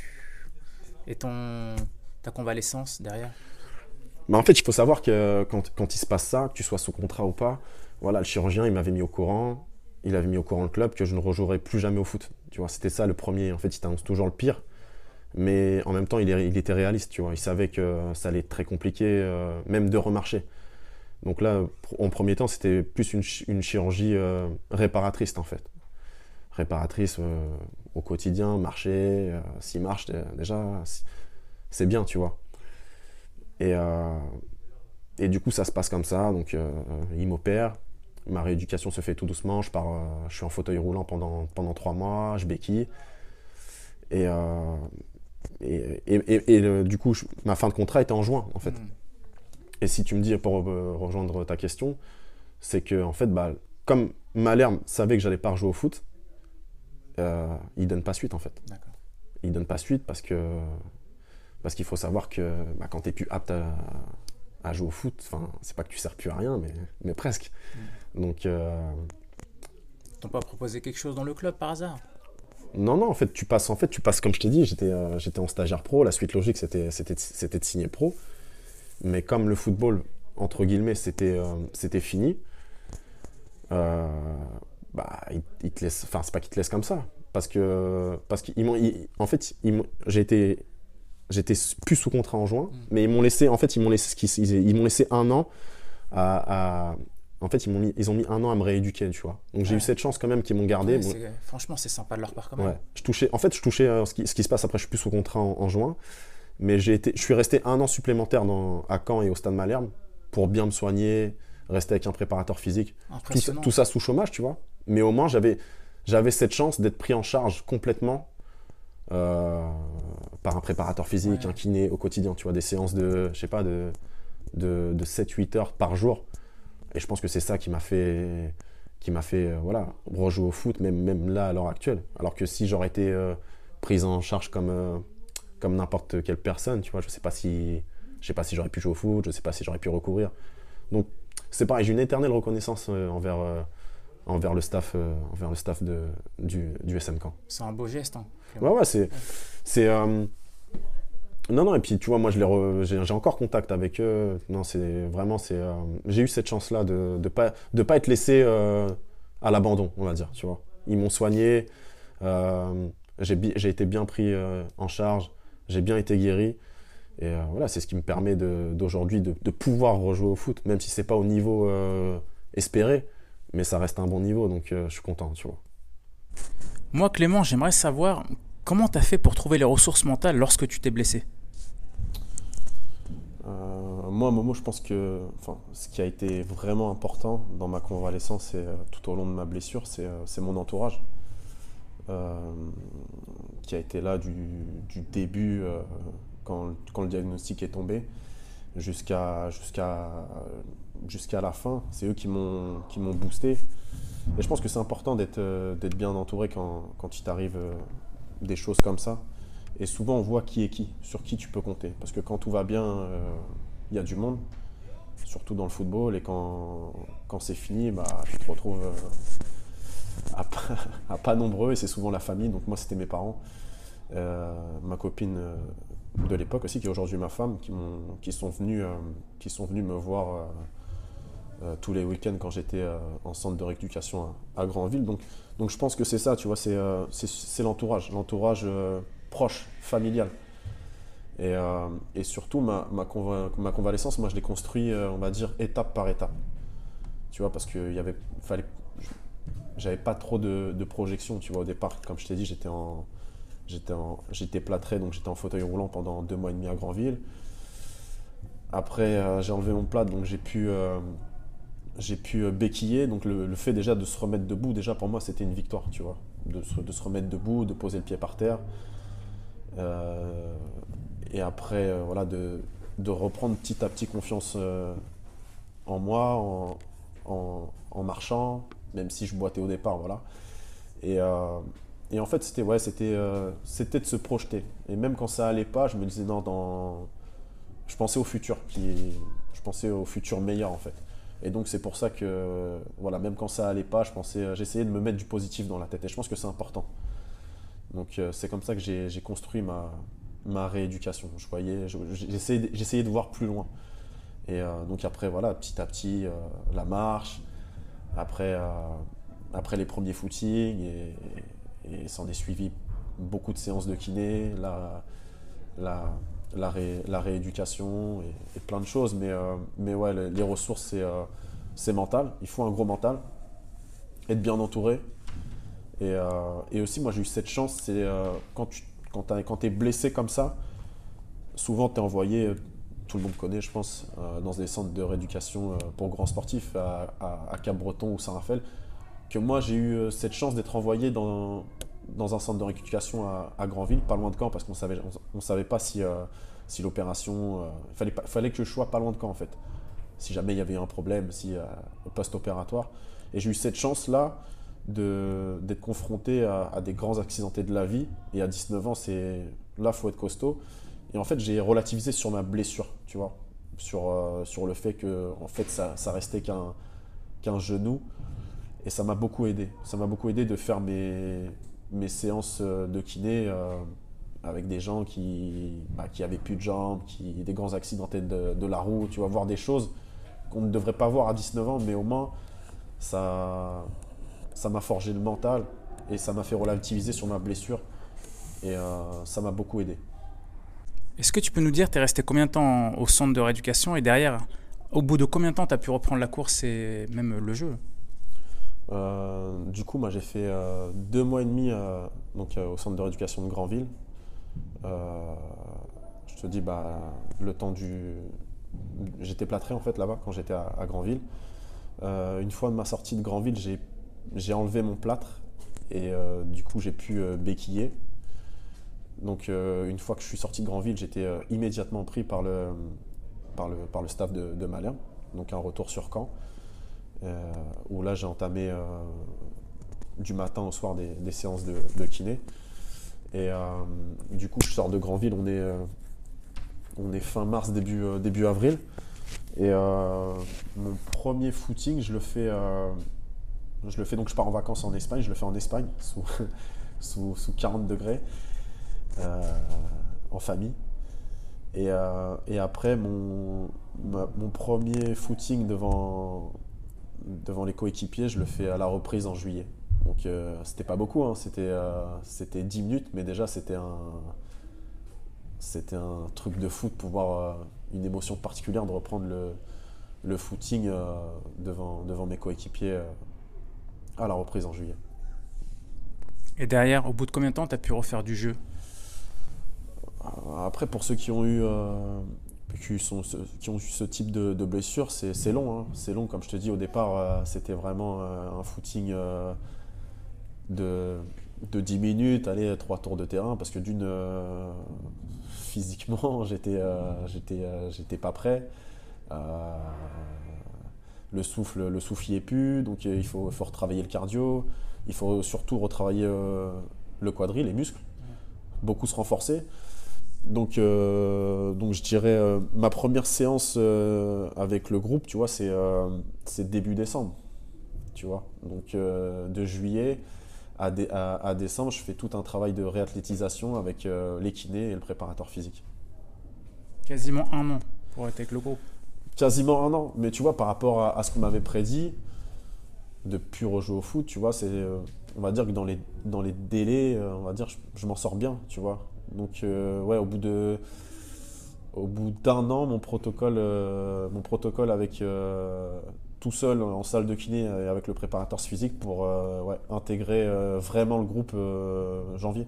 Et ton, ta convalescence derrière? Mais en fait, il faut savoir que quand, quand il se passe ça, que tu sois sous contrat ou pas, voilà, le chirurgien, il m'avait mis au courant, il avait mis au courant le club que je ne rejouerais plus jamais au foot. Tu vois, c'était ça le premier. En fait, il t'annonce toujours le pire, mais en même temps, il, est, il était réaliste. Tu vois, il savait que ça allait être très compliqué, euh, même de remarcher. Donc là, en premier temps, c'était plus une, une chirurgie euh, réparatrice en fait. Réparatrice euh, au quotidien, marcher, euh, s'il marche déjà, c'est bien, tu vois. Et, euh, et du coup, ça se passe comme ça. Donc, euh, il m'opère. Ma rééducation se fait tout doucement. Je, pars, euh, je suis en fauteuil roulant pendant, pendant trois mois. Je béquille. Et, euh, et, et, et, et le, du coup, je, ma fin de contrat était en juin, en fait. Mmh. Et si tu me dis, pour euh, rejoindre ta question, c'est que, en fait, bah, comme Malherbe savait que j'allais pas rejouer au foot, euh, il donne pas suite, en fait. D'accord. Il donne pas suite parce que parce qu'il faut savoir que bah, quand tu n'es plus apte à, à jouer au foot, c'est pas que tu sers plus à rien, mais, mais presque. Mmh. Donc, euh... T'ont pas proposé quelque chose dans le club par hasard? Non, non, en fait, tu passes, en fait, tu passes comme je t'ai dit, j'étais euh, j'étais en stagiaire pro, la suite logique, c'était de signer pro. Mais comme le football, entre guillemets, c'était euh, c'était fini, euh, bah, il, il te laisse, enfin, c'est pas qu'il te laisse comme ça. Parce que, parce qu'ils m'ont, en fait, j'ai été... J'étais plus sous contrat en juin, mmh. mais ils m'ont laissé, en fait, ils m'ont laissé, ils, ils m'ont laissé un an à, à en fait, ils m'ont mis, ils ont mis un an à me rééduquer, tu vois. Donc j'ai ouais. eu cette chance quand même qu'ils m'ont gardé. Ouais, bon. Franchement, c'est sympa de leur part quand même. Ouais. Je touchais, en fait, je touchais euh, ce, qui, ce qui se passe après. Je suis plus sous contrat en, en juin, mais j'ai été, je suis resté un an supplémentaire dans, à Caen et au Stade Malherbe pour bien me soigner, rester avec un préparateur physique. Tout ça, tout ça sous chômage, tu vois. Mais au moins, j'avais, j'avais cette chance d'être pris en charge complètement. Euh, par un préparateur physique, ouais. un kiné au quotidien, tu vois, des séances de, je sais pas, de, de, de sept huit heures par jour. Et je pense que c'est ça qui m'a fait, qui m'a fait euh, voilà, rejouer au foot, même, même là, à l'heure actuelle. Alors que si j'aurais été euh, prise en charge comme, euh, comme n'importe quelle personne, tu vois, je sais pas si, je sais pas si j'aurais pu jouer au foot, je sais pas si j'aurais pu recourir. Donc, c'est pareil, j'ai une éternelle reconnaissance euh, envers, euh, envers le staff, euh, envers le staff de, du, du S M Caen. C'est un beau geste, hein. Ouais, ouais, c'est... c'est euh... Non, non, et puis tu vois, moi, je les j'ai, j'ai encore contact avec eux. Non, c'est vraiment... c'est euh... J'ai eu cette chance-là de ne pas, de pas être laissé euh, à l'abandon, on va dire, tu vois. Ils m'ont soigné, euh, j'ai, bi... j'ai été bien pris euh, en charge, j'ai bien été guéri. Et euh, voilà, c'est ce qui me permet de, d'aujourd'hui de, de pouvoir rejouer au foot, même si c'est pas au niveau euh, espéré, mais ça reste un bon niveau, donc euh, je suis content, tu vois. Moi, Clément, j'aimerais savoir comment tu as fait pour trouver les ressources mentales lorsque tu t'es blessé. euh, Moi, Momo, je pense que enfin, ce qui a été vraiment important dans ma convalescence et euh, tout au long de ma blessure, c'est, euh, c'est mon entourage euh, qui a été là du, du début, euh, quand, quand le diagnostic est tombé, jusqu'à, jusqu'à, jusqu'à la fin. C'est eux qui m'ont, qui m'ont boosté. Et je pense que c'est important d'être, euh, d'être bien entouré quand, quand il t'arrive euh, des choses comme ça. Et souvent, on voit qui est qui, sur qui tu peux compter. Parce que quand tout va bien, il euh, y a du monde, surtout dans le football. Et quand, quand c'est fini, bah, tu te retrouves euh, à, à pas nombreux. Et c'est souvent la famille. Donc moi, c'était mes parents. Euh, ma copine euh, de l'époque aussi, qui est aujourd'hui ma femme, qui, m'ont, qui, sont, venus, euh, qui sont venus me voir... Euh, Euh, tous les week-ends quand j'étais euh, en centre de rééducation à, à Granville. Donc, donc je pense que c'est ça, tu vois, c'est, euh, c'est, c'est l'entourage, l'entourage euh, proche, familial. Et, euh, et surtout, ma, ma, conva- ma convalescence, moi je l'ai construit, euh, on va dire, étape par étape. Tu vois, parce que y avait, fallait, j'avais pas trop de, de projection, tu vois, au départ, comme je t'ai dit, j'étais, en, j'étais, en, j'étais plâtré, donc j'étais en fauteuil roulant pendant deux mois et demi à Granville. Après, euh, j'ai enlevé mon plâtre, donc j'ai pu... Euh, j'ai pu béquiller, donc le, le fait déjà de se remettre debout, déjà pour moi c'était une victoire, tu vois, de se, de se remettre debout, de poser le pied par terre. Euh, et après, euh, voilà, de, de reprendre petit à petit confiance euh, en moi, en, en, en marchant, même si je boitais au départ, voilà. Et, euh, et en fait, c'était ouais, c'était euh, c'était de se projeter. Et même quand ça allait pas, je me disais non, dans... je pensais au futur, qui... je pensais au futur meilleur en fait. Et donc c'est pour ça que voilà, même quand ça allait pas, je pensais, j'essayais de me mettre du positif dans la tête. Et je pense que c'est important. Donc euh, c'est comme ça que j'ai j'ai construit ma, ma rééducation. Je voyais, je- j'essayais, de- j'essayais de voir plus loin. Et euh, donc après voilà, petit à petit, euh, la marche, après, euh, après les premiers footings, et, et s'en est suivi beaucoup de séances de kiné, la, la, la, ré- la rééducation et, et plein de choses. Mais, euh, mais ouais, les, les ressources, c'est euh, c'est mental. Il faut un gros mental, être bien entouré. Et, euh, et aussi, moi, j'ai eu cette chance, c'est euh, quand tu quand t'as- quand t'es blessé comme ça, souvent, tu es envoyé, euh, tout le monde connaît, je pense, euh, dans des centres de rééducation euh, pour grands sportifs à, à- à Cap-Breton ou Saint-Raphaël. Que moi, j'ai eu euh, cette chance d'être envoyé dans, dans un centre de rééducation à, à Granville, pas loin de Caen, parce qu'on savait, on, on savait pas si, euh, si l'opération. euh, Il fallait, pas- fallait que je sois pas loin de Caen, en fait. Si jamais il y avait un problème, si euh, au post-opératoire. Et j'ai eu cette chance-là de, d'être confronté à, à des grands accidentés de la vie. Et à dix-neuf ans, c'est là, faut être costaud. Et en fait, j'ai relativisé sur ma blessure, tu vois, sur, euh, sur le fait que en fait, ça, ça restait qu'un qu'un genou. Et ça m'a beaucoup aidé. Ça m'a beaucoup aidé de faire mes, mes séances euh, de kiné euh, avec des gens qui, bah, qui avaient plus de jambes, qui, des grands accidentés de, de la roue, tu vas voir des choses qu'on ne devrait pas voir à dix-neuf ans, mais au moins, ça, ça m'a forgé le mental et ça m'a fait relativiser sur ma blessure. Et euh, ça m'a beaucoup aidé. Est-ce que tu peux nous dire, tu es resté combien de temps au centre de rééducation et derrière, au bout de combien de temps tu as pu reprendre la course et même le jeu? Euh, du coup, moi, j'ai fait euh, deux mois et demi euh, donc, euh, au centre de rééducation de Granville. Euh, je te dis, bah, le temps du. J'étais plâtré en fait là-bas quand j'étais à, à Granville. Euh, une fois de ma sortie de Granville, j'ai j'ai enlevé mon plâtre et euh, du coup j'ai pu euh, béquiller. Donc euh, une fois que je suis sorti de Granville, j'étais euh, immédiatement pris par le, par le, par le staff de, de Malherbe, donc un retour sur Caen, euh, où là j'ai entamé euh, du matin au soir des, des séances de, de kiné. Et euh, du coup je sors de Granville, on est, euh, on est fin mars, début, euh, début avril. Et euh, mon premier footing, je le fais, euh, je le fais donc je pars en vacances en Espagne, je le fais en Espagne sous, sous, sous quarante degrés euh, en famille. Et, euh, et après mon, ma- mon premier footing devant, devant les coéquipiers, je le fais à la reprise en juillet. Donc euh, c'était pas beaucoup, hein, c'était euh, c'était dix minutes, mais déjà c'était un, c'était un truc de fou de pouvoir, euh, une émotion particulière de reprendre le, le footing euh, devant, devant mes coéquipiers euh, à la reprise en juillet. Et derrière, au bout de combien de temps tu as pu refaire du jeu? Euh, Après, pour ceux qui ont eu, euh, qui sont, qui ont eu ce type de, de blessure, c'est c'est long, hein. C'est long, comme je te dis au départ, euh, c'était vraiment euh, un footing euh, de, de dix minutes, aller trois tours de terrain, parce que d'une, euh, physiquement, j'étais euh, j'étais euh, j'étais pas prêt. Euh, le souffle, le souffle y est plus, donc euh, il faut, faut retravailler le cardio, il faut surtout retravailler euh, le quadril, les muscles, beaucoup se renforcer. Donc, euh, donc je dirais euh, ma première séance euh, avec le groupe, tu vois, c'est euh, c'est début décembre, tu vois. Donc euh, de juillet à, dé- à- à décembre, je fais tout un travail de réathlétisation avec euh, les kinés et le préparateur physique. Quasiment un an pour être avec le groupe. Quasiment un an, mais tu vois, par rapport à, à ce qu'on m'avait prédit, de plus rejouer au foot, tu vois, c'est, euh, on va dire que dans les, dans les délais, euh, on va dire, je, je m'en sors bien, tu vois. Donc, euh, ouais, au bout de, au bout d'un an, mon protocole, euh, mon protocole avec euh, tout seul en salle de kiné et avec le préparateur physique pour euh, ouais, intégrer euh, vraiment le groupe euh, janvier.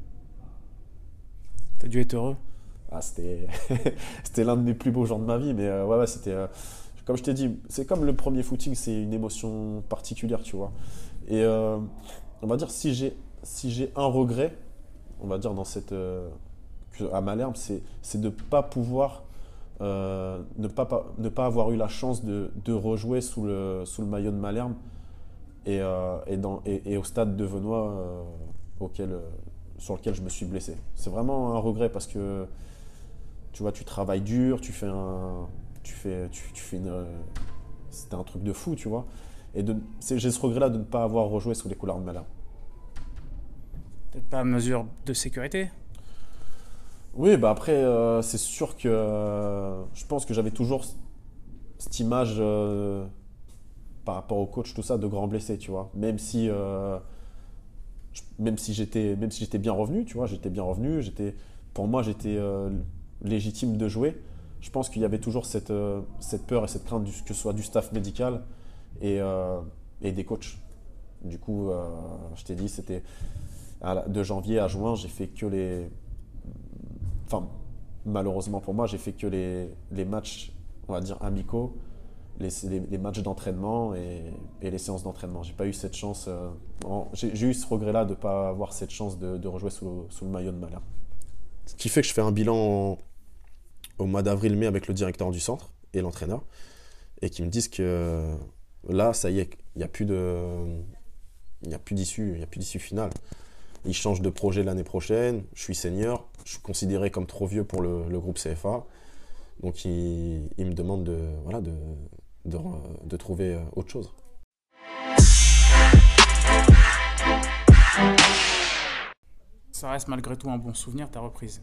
Tu as dû être heureux. Ah, c'était, c'était l'un de mes plus beaux jours de ma vie, mais euh, ouais, ouais, c'était, euh, comme je t'ai dit, c'est comme le premier footing, c'est une émotion particulière, tu vois. Et euh, on va dire, si j'ai, si j'ai un regret, on va dire, dans cette, euh, que à Malherbe, c'est, c'est de ne pas pouvoir, euh, ne, pas, pas, ne pas avoir eu la chance de, de rejouer sous le, sous le maillot de Malherbe et, euh, et, dans, et, et au stade de Venoy euh, auquel, euh, sur lequel je me suis blessé. C'est vraiment un regret parce que tu vois, tu travailles dur, tu fais un, tu fais, tu, tu fais une, euh, c'était un truc de fou, tu vois. Et de, c'est, j'ai ce regret-là de ne pas avoir rejoué sous les couleurs de Malherbe. Peut-être pas à mesure de sécurité. Oui, bah après, euh, c'est sûr que euh, je pense que j'avais toujours cette image euh, par rapport au coach, tout ça, de grand blessé, tu vois. Même si, euh, je- même si j'étais, même si j'étais bien revenu, tu vois, j'étais bien revenu, j'étais, pour moi, j'étais euh, légitime de jouer. Je pense qu'il y avait toujours cette, euh, cette peur et cette crainte du- que ce soit du staff médical et, euh, et des coachs. Du coup, euh, je t'ai dit, c'était à la- de janvier à juin, j'ai fait que les, enfin, malheureusement pour moi, j'ai fait que les, les matchs, on va dire, amicaux, les, les- les matchs d'entraînement et, et les séances d'entraînement. J'ai pas eu cette chance, euh, en- j'ai j'ai eu ce regret-là de ne pas avoir cette chance de, de rejouer sous, sous le maillot de Malherbe. Ce qui fait que je fais un bilan en- au mois d'avril-mai avec le directeur du centre et l'entraîneur, et qui me disent que là, ça y est, il n'y a plus de, il n'y a plus d'issue, il n'y a plus d'issue finale. Il change de projet l'année prochaine, je suis senior, je suis considéré comme trop vieux pour le, le groupe C F A. Donc il, il me demande de, voilà, de, de, de trouver autre chose. Ça reste malgré tout un bon souvenir, ta reprise.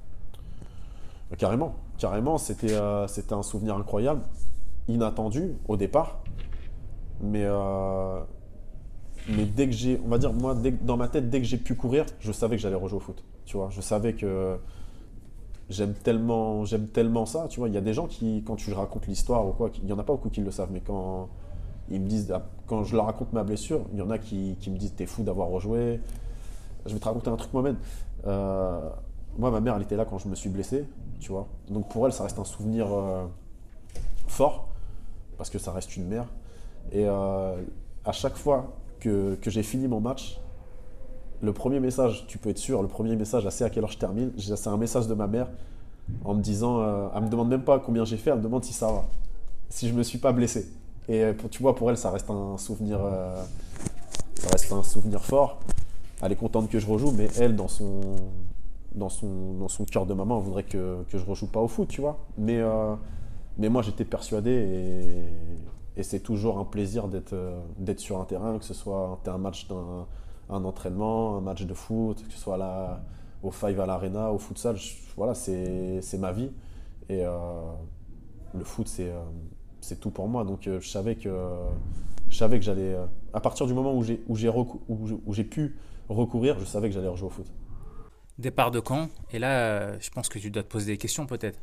Carrément, carrément, c'était euh, c'était un souvenir incroyable, inattendu au départ. Mais, euh, mais dès que j'ai, on va dire, moi, dès, dans ma tête, dès que j'ai pu courir, je savais que j'allais rejouer au foot. Tu vois, je savais que j'aime tellement, j'aime tellement ça. Tu vois, il y a des gens qui, quand tu racontes l'histoire ou quoi, il y en a pas beaucoup qui le savent, mais quand ils me disent, quand je leur raconte ma blessure, il y en a qui, qui me disent, t'es fou d'avoir rejoué. Je vais te raconter un truc moi-même. Euh, moi, ma mère, elle était là quand je me suis blessé, tu vois. Donc pour elle, ça reste un souvenir euh, fort, parce que ça reste une mère. Et euh, à chaque fois que, que j'ai fini mon match, le premier message, tu peux être sûr, le premier message, je sais à quelle heure je termine, c'est un message de ma mère en me disant, euh, elle me demande même pas combien j'ai fait, elle me demande si ça va, si je me suis pas blessé. Et pour, tu vois, pour elle, ça reste un souvenir, euh, ça reste un souvenir fort. Elle est contente que je rejoue, mais elle, dans son, dans son, dans son cœur de maman, elle voudrait que, que je rejoue pas au foot, tu vois. Mais, euh, mais moi, j'étais persuadé et, et c'est toujours un plaisir d'être, euh, d'être sur un terrain, que ce soit un, un match d'un un entraînement, un match de foot, que ce soit là, au Five à l'Arena, au futsal. Je- voilà, c'est, c'est ma vie. Et euh, le foot, c'est, euh, c'est tout pour moi. Donc euh, je savais que, je savais que j'allais. Euh, à partir du moment où j'ai, où j'ai, recou- où, où j'ai pu recourir, je savais que j'allais rejouer au foot. Départ de quand? Et là, euh, je pense que tu dois te poser des questions peut-être.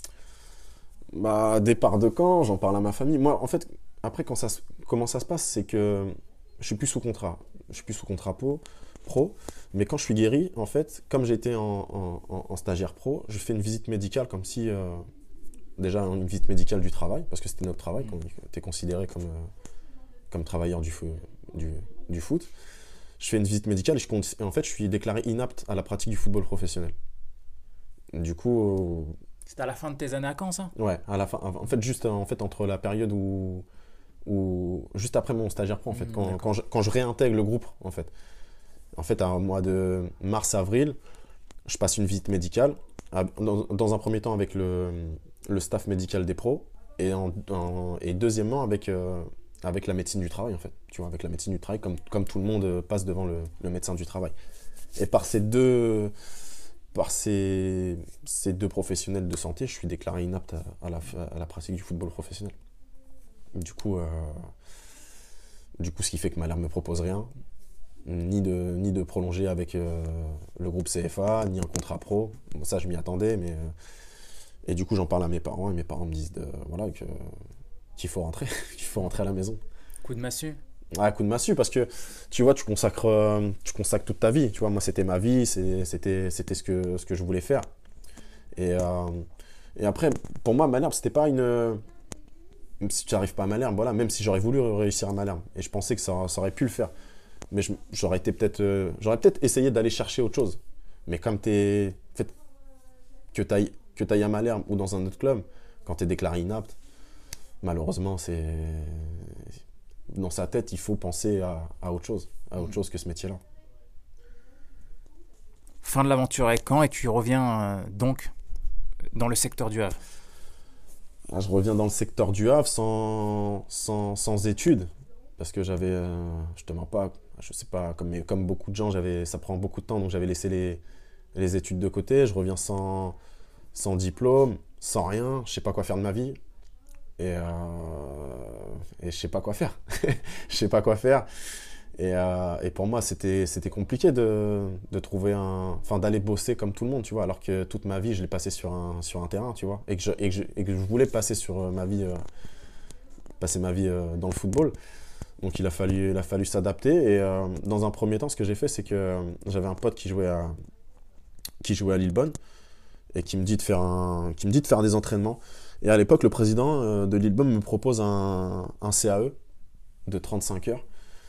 Bah, départ de quand? J'en parle à ma famille. Moi, en fait, après, quand ça, se- comment ça se passe, c'est que je suis plus sous contrat. Je suis plus sous contrat pro, pro. Mais quand je suis guéri, en fait, comme j'étais en, en, en- en stagiaire pro, je fais une visite médicale comme si. Euh, déjà, une visite médicale du travail, parce que c'était notre travail, qu'on était considéré comme, euh, comme travailleur du, fo- du, du foot. Je fais une visite médicale et, je, con- et en fait, je suis déclaré inapte à la pratique du football professionnel. Du coup, C'était à la fin de tes années à Caen, ça? euh, ouais, à la fin, en fait, juste en fait, entre la période où, où juste après mon stagiaire pro, en fait, Mmh, quand, d'accord. quand, je, quand je réintègre le groupe, en fait. En fait, à un mois de mars-avril, je passe une visite médicale, à- dans, dans un premier temps avec le, le staff médical des pros, et, en, en- et deuxièmement avec, euh, avec la médecine du travail, en fait. Tu vois, avec la médecine du travail, comme, comme tout le monde euh, passe devant le, le médecin du travail. Et par ces deux, par ces, ces deux professionnels de santé, je suis déclaré inapte à, à la, à la pratique du football professionnel. Du coup, euh, du coup, ce qui fait que Malherbe ne me propose rien, ni de, ni de prolonger avec euh, le groupe C F A, ni un contrat pro. Bon, ça, je m'y attendais, mais. euh, et du coup, j'en parle à mes parents, et mes parents me disent de, voilà, que, qu'il faut rentrer, qu'il faut rentrer à la maison. Coup de massue. Ah, coup de massue, parce que tu vois, tu consacres, euh, tu consacres toute ta vie. Tu vois, moi, c'était ma vie, c'est- c'était, c'était ce que, ce que je voulais faire. Et, euh, et après, pour moi, Malherbe, c'était pas une. Même si tu n'arrives pas à Malherbe, voilà, même si j'aurais voulu réussir à Malherbe, et je pensais que ça, ça aurait pu le faire. Mais je- j'aurais été peut-être, euh, j'aurais peut-être essayé d'aller chercher autre chose. Mais comme t'es, en fait, que tu ailles, que tu ailles à Malherbe ou dans un autre club, quand tu es déclaré inapte, malheureusement, c'est... dans sa tête, il faut penser à, à autre chose, à autre chose que ce métier-là. Fin de l'aventure avec Caen et tu reviens euh, donc dans le secteur du Havre. Ah, je reviens dans le secteur du Havre sans, sans, sans études, parce que j'avais, euh, je te mens pas, je sais pas, comme, mais comme beaucoup de gens, j'avais, ça prend beaucoup de temps, donc j'avais laissé les, les études de côté. Je reviens sans, sans diplôme, sans rien, je sais pas quoi faire de ma vie. Et, euh, et je sais pas quoi faire. Je sais pas quoi faire. Et, euh, et pour moi, c'était, c'était compliqué de, de trouver un... Enfin, d'aller bosser comme tout le monde, tu vois, alors que toute ma vie, je l'ai passé sur un, sur un terrain, tu vois, et que je, et que je, et que je voulais passer sur ma vie, euh, passer ma vie euh, dans le football. Donc, il a fallu, il a fallu s'adapter. Et euh, dans un premier temps, ce que j'ai fait, c'est que euh, j'avais un pote qui jouait à, qui jouait à Lillebonne et qui me dit de faire, un, qui me dit de faire des entraînements. Et à l'époque, le président euh, de Lillebonne me propose un, un C A E de trente-cinq heures.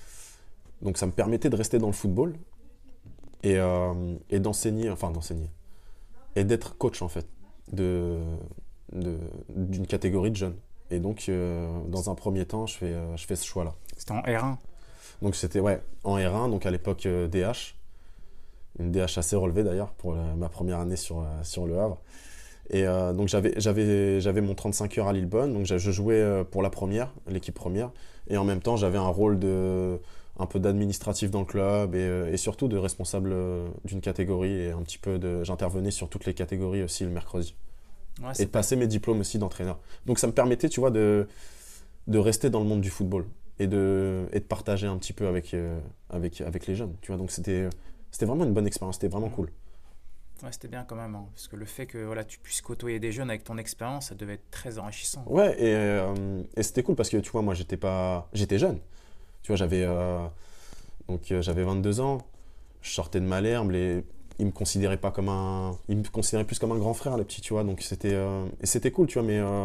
Donc ça me permettait de rester dans le football et, euh, et d'enseigner, enfin d'enseigner, et d'être coach en fait, de, de, d'une catégorie de jeunes. Et donc euh, dans un premier temps, je fais, euh, je fais ce choix-là. C'était en R un. Donc c'était ouais, en R un, donc à l'époque euh, D H, une D H assez relevée d'ailleurs pour la, ma première année sur, euh, sur Le Havre. Et euh, donc j'avais, j'avais, j'avais mon trente-cinq heures à Lillebonne, donc je jouais pour la première, l'équipe première, et en même temps j'avais un rôle de... un peu d'administratif dans le club et, et surtout de responsable d'une catégorie et un petit peu de... J'intervenais sur toutes les catégories aussi le mercredi. Ouais, et de passer mes diplômes aussi d'entraîneur. Donc ça me permettait, tu vois, de, de rester dans le monde du football et de, et de partager un petit peu avec, euh, avec, avec les jeunes, tu vois. Donc c'était, c'était vraiment une bonne expérience, c'était vraiment cool. Ouais, c'était bien quand même, hein, parce que le fait que voilà, tu puisses côtoyer des jeunes avec ton expérience, ça devait être très enrichissant. Ouais, et, euh, et c'était cool parce que, tu vois, moi, j'étais pas... j'étais jeune. Tu vois, j'avais, euh, donc, euh, j'avais vingt-deux ans, je sortais de Malherbe, les... ils me considéraient pas comme un... Ils me considéraient plus comme un grand frère, les petits, tu vois, donc c'était... Euh... Et c'était cool, tu vois, mais... Euh...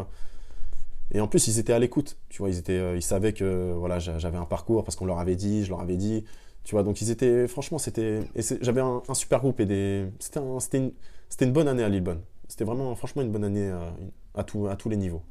Et en plus, ils étaient à l'écoute, tu vois, ils, étaient, euh, ils savaient que voilà, j'avais un parcours parce qu'on leur avait dit, je leur avais dit, tu vois, donc ils étaient... Franchement, c'était... Et j'avais un, un super groupe et des... C'était un... une... une bonne année à Lillebonne. C'était vraiment, franchement, une bonne année à, à, tout, à tous les niveaux.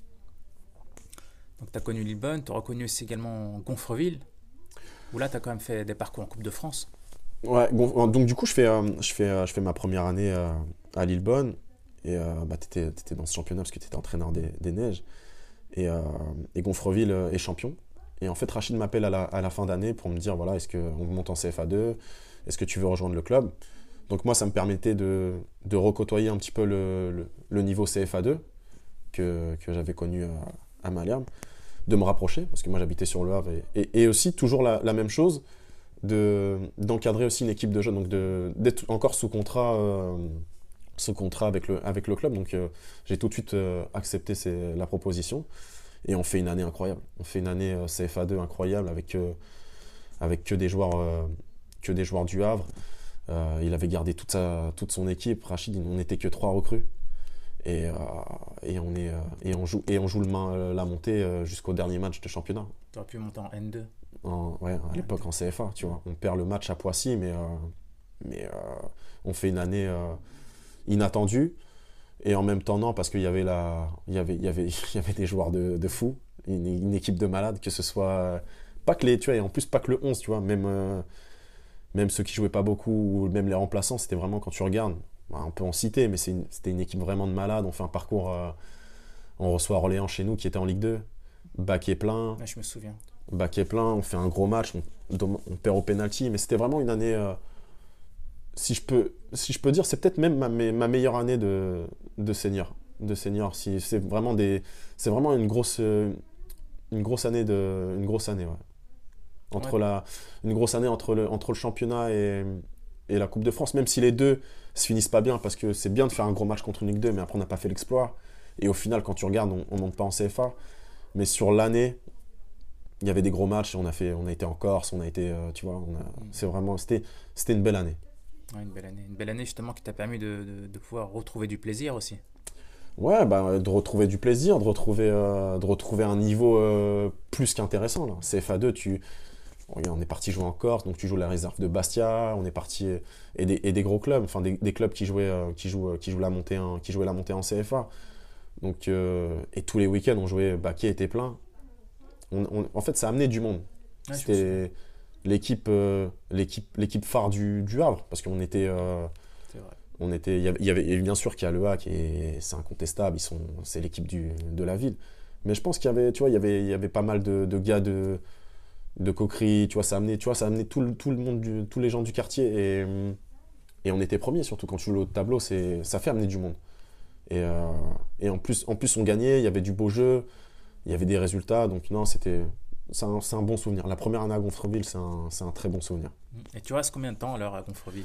Donc tu as connu Lillebonne, tu as reconnu aussi également Gonfreville, où là tu as quand même fait des parcours en Coupe de France. Ouais, donc du coup je fais, euh, je fais, euh, je fais ma première année euh, à Lillebonne, et euh, bah, tu étais, t'étais dans ce championnat parce que tu étais entraîneur des, des Neiges, et, euh, et Gonfreville est champion. Et en fait Rachid m'appelle à la, à la fin d'année pour me dire, voilà, est-ce qu'on monte en C F A deux, est-ce que tu veux rejoindre le club? Donc moi ça me permettait de, de recôtoyer un petit peu le, le, le niveau C F A deux que, que j'avais connu à, à Malherbe, de me rapprocher, parce que moi j'habitais sur Le Havre, et, et, et aussi toujours la, la même chose, de, d'encadrer aussi une équipe de jeunes, donc de, d'être encore sous contrat, euh, sous contrat avec le, avec le club, donc euh, j'ai tout de suite euh, accepté ces, la proposition, et on fait une année incroyable, on fait une année euh, C F A deux incroyable, avec, euh, avec que, des joueurs, euh, que des joueurs du Havre. Euh, il avait gardé toute, sa, toute son équipe, Rachid, on n'était que trois recrues. Et, euh, et, on est, euh, et, on joue, et on joue le main, la montée euh, jusqu'au dernier match de championnat. Tu aurais pu monter en N deux. En, ouais, à l'époque en C F A, tu vois. On perd le match à Poissy, mais, euh, mais euh, on fait une année euh, inattendue. Et en même temps, non, parce qu'il y avait, la, il y avait, il y avait, il y avait des joueurs de, de fous, une, une équipe de malades, que ce soit... Pas que les, tu vois, et en plus pas que le onze, tu vois, même, euh, même ceux qui jouaient pas beaucoup, ou même les remplaçants, c'était vraiment quand tu regardes... On peut en citer, mais c'est une, c'était une équipe vraiment de malades. On fait un parcours, euh, on reçoit Orléans chez nous qui était en Ligue deux. Bac est plein. Ouais, je me souviens. Bac est plein, on fait un gros match, on, on perd au penalty, mais c'était vraiment une année, euh, si, je peux, si je peux dire, c'est peut-être même ma, ma meilleure année de, de senior. De senior. Si, c'est, vraiment des, c'est vraiment une grosse, une grosse année. De, une grosse année ouais. Entre ouais. La, une grosse année entre le, entre le championnat et, et la Coupe de France, même si les deux se finissent pas bien, parce que c'est bien de faire un gros match contre une Ligue deux, mais après on n'a pas fait l'exploit. Et au final, quand tu regardes, on ne monte pas en C F A. Mais sur l'année, il y avait des gros matchs. On a, fait, on a été en Corse, on a été, euh, tu vois, on a, c'est vraiment, c'était, c'était une belle année. Ouais, une belle année. Une belle année justement qui t'a permis de, de, de pouvoir retrouver du plaisir aussi. Ouais, bah, de retrouver du plaisir, de retrouver, euh, de retrouver un niveau euh, plus qu'intéressant. Là. C F A deux, tu... regarde, on est parti jouer en Corse, donc tu joues la réserve de Bastia, on est parti et des, et des gros clubs, enfin des, des clubs qui jouaient, euh, qui jouent, qui jouent la montée en, qui jouaient la montée en C F A. Donc euh, et tous les week-ends on jouait, Baquet était plein. On, on, en fait, ça a amené du monde. Ouais, C'était l'équipe, euh, l'équipe, l'équipe phare du, du Havre, parce qu'on était, euh, c'est vrai. on était, il y avait, il y avait- et bien sûr qu'il y a le Hack et c'est incontestable, ils sont, c'est l'équipe du, de la ville. Mais je pense qu'il y avait, tu vois, il y avait, il y avait pas mal de, de gars de de coquerie, tu vois, ça a amené, tu vois, ça a amené tout le, tout le monde, du- tous les gens du quartier et, et on était premiers, surtout quand tu joues le haut de tableau, c'est, ça fait amener du monde. Et, euh, et en plus, en plus, on gagnait, il y avait du beau jeu, il y avait des résultats, donc non, c'était, c'est un, c'est un bon souvenir. La première année à Gonfreville, c'est un, c'est un très bon souvenir. Et tu restes combien de temps alors à Gonfreville?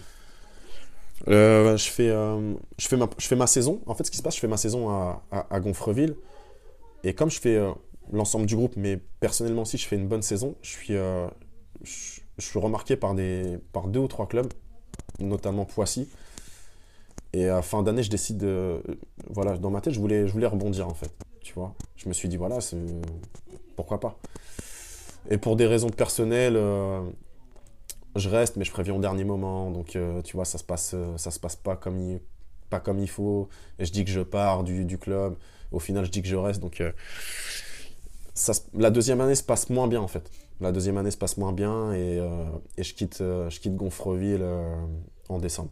Euh, je fais, euh, je fais ma, je fais ma saison, en fait, ce qui se passe, je fais ma saison à, à, à Gonfreville, et comme je fais euh, l'ensemble du groupe, mais personnellement aussi, je fais une bonne saison, je suis, euh, je, je suis remarqué par, des, par deux ou trois clubs, notamment Poissy. Et à fin d'année, je décide de. Voilà, dans ma tête, je voulais, je voulais rebondir en fait. Tu vois, je me suis dit, voilà, c'est- pourquoi pas. Et pour des raisons personnelles, euh, je reste, mais je préviens au dernier moment. Donc, euh, tu vois, ça se passe, euh, ça se passe pas comme il, pas comme il faut. Et je dis que je pars du, du club. Au final, je dis que je reste. Donc, euh, ça, se- la deuxième année se passe moins bien en fait. La deuxième année se passe moins bien et, euh, et je quitte, euh, je quitte Gonfreville euh, en décembre.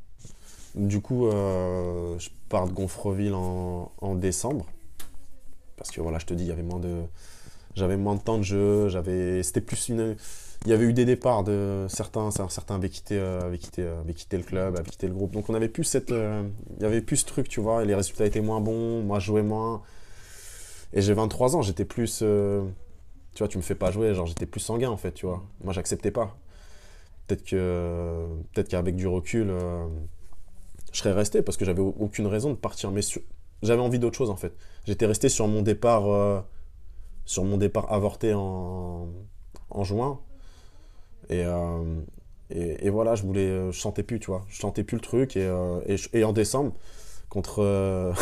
Du coup, euh, je pars de Gonfreville en, en décembre. Parce que voilà, je te dis, il y avait moins de, j'avais moins de temps de jeu. J'avais, c'était plus une, il y avait eu des départs de certains, certains avaient quitté, euh, avaient quitté, euh, avaient quitté le club, avaient quitté le groupe. Donc on avait plus cette, euh, il y avait plus ce truc, tu vois. Et les résultats étaient moins bons. Moi, je jouais moins. Et j'ai vingt-trois ans, j'étais plus, euh, tu vois, tu me fais pas jouer, genre j'étais plus sanguin en fait, tu vois. Moi, j'acceptais pas. Peut-être que, peut-être qu'avec du recul. euh, je serais resté parce que j'avais aucune raison de partir. Mais sur- j'avais envie d'autre chose en fait. J'étais resté sur mon départ, euh, sur mon départ avorté en, en juin. Et, euh, et, et voilà, je voulais, euh, je sentais plus, tu vois. Je sentais plus le truc. Et, euh, et, je- et en décembre, contre, euh,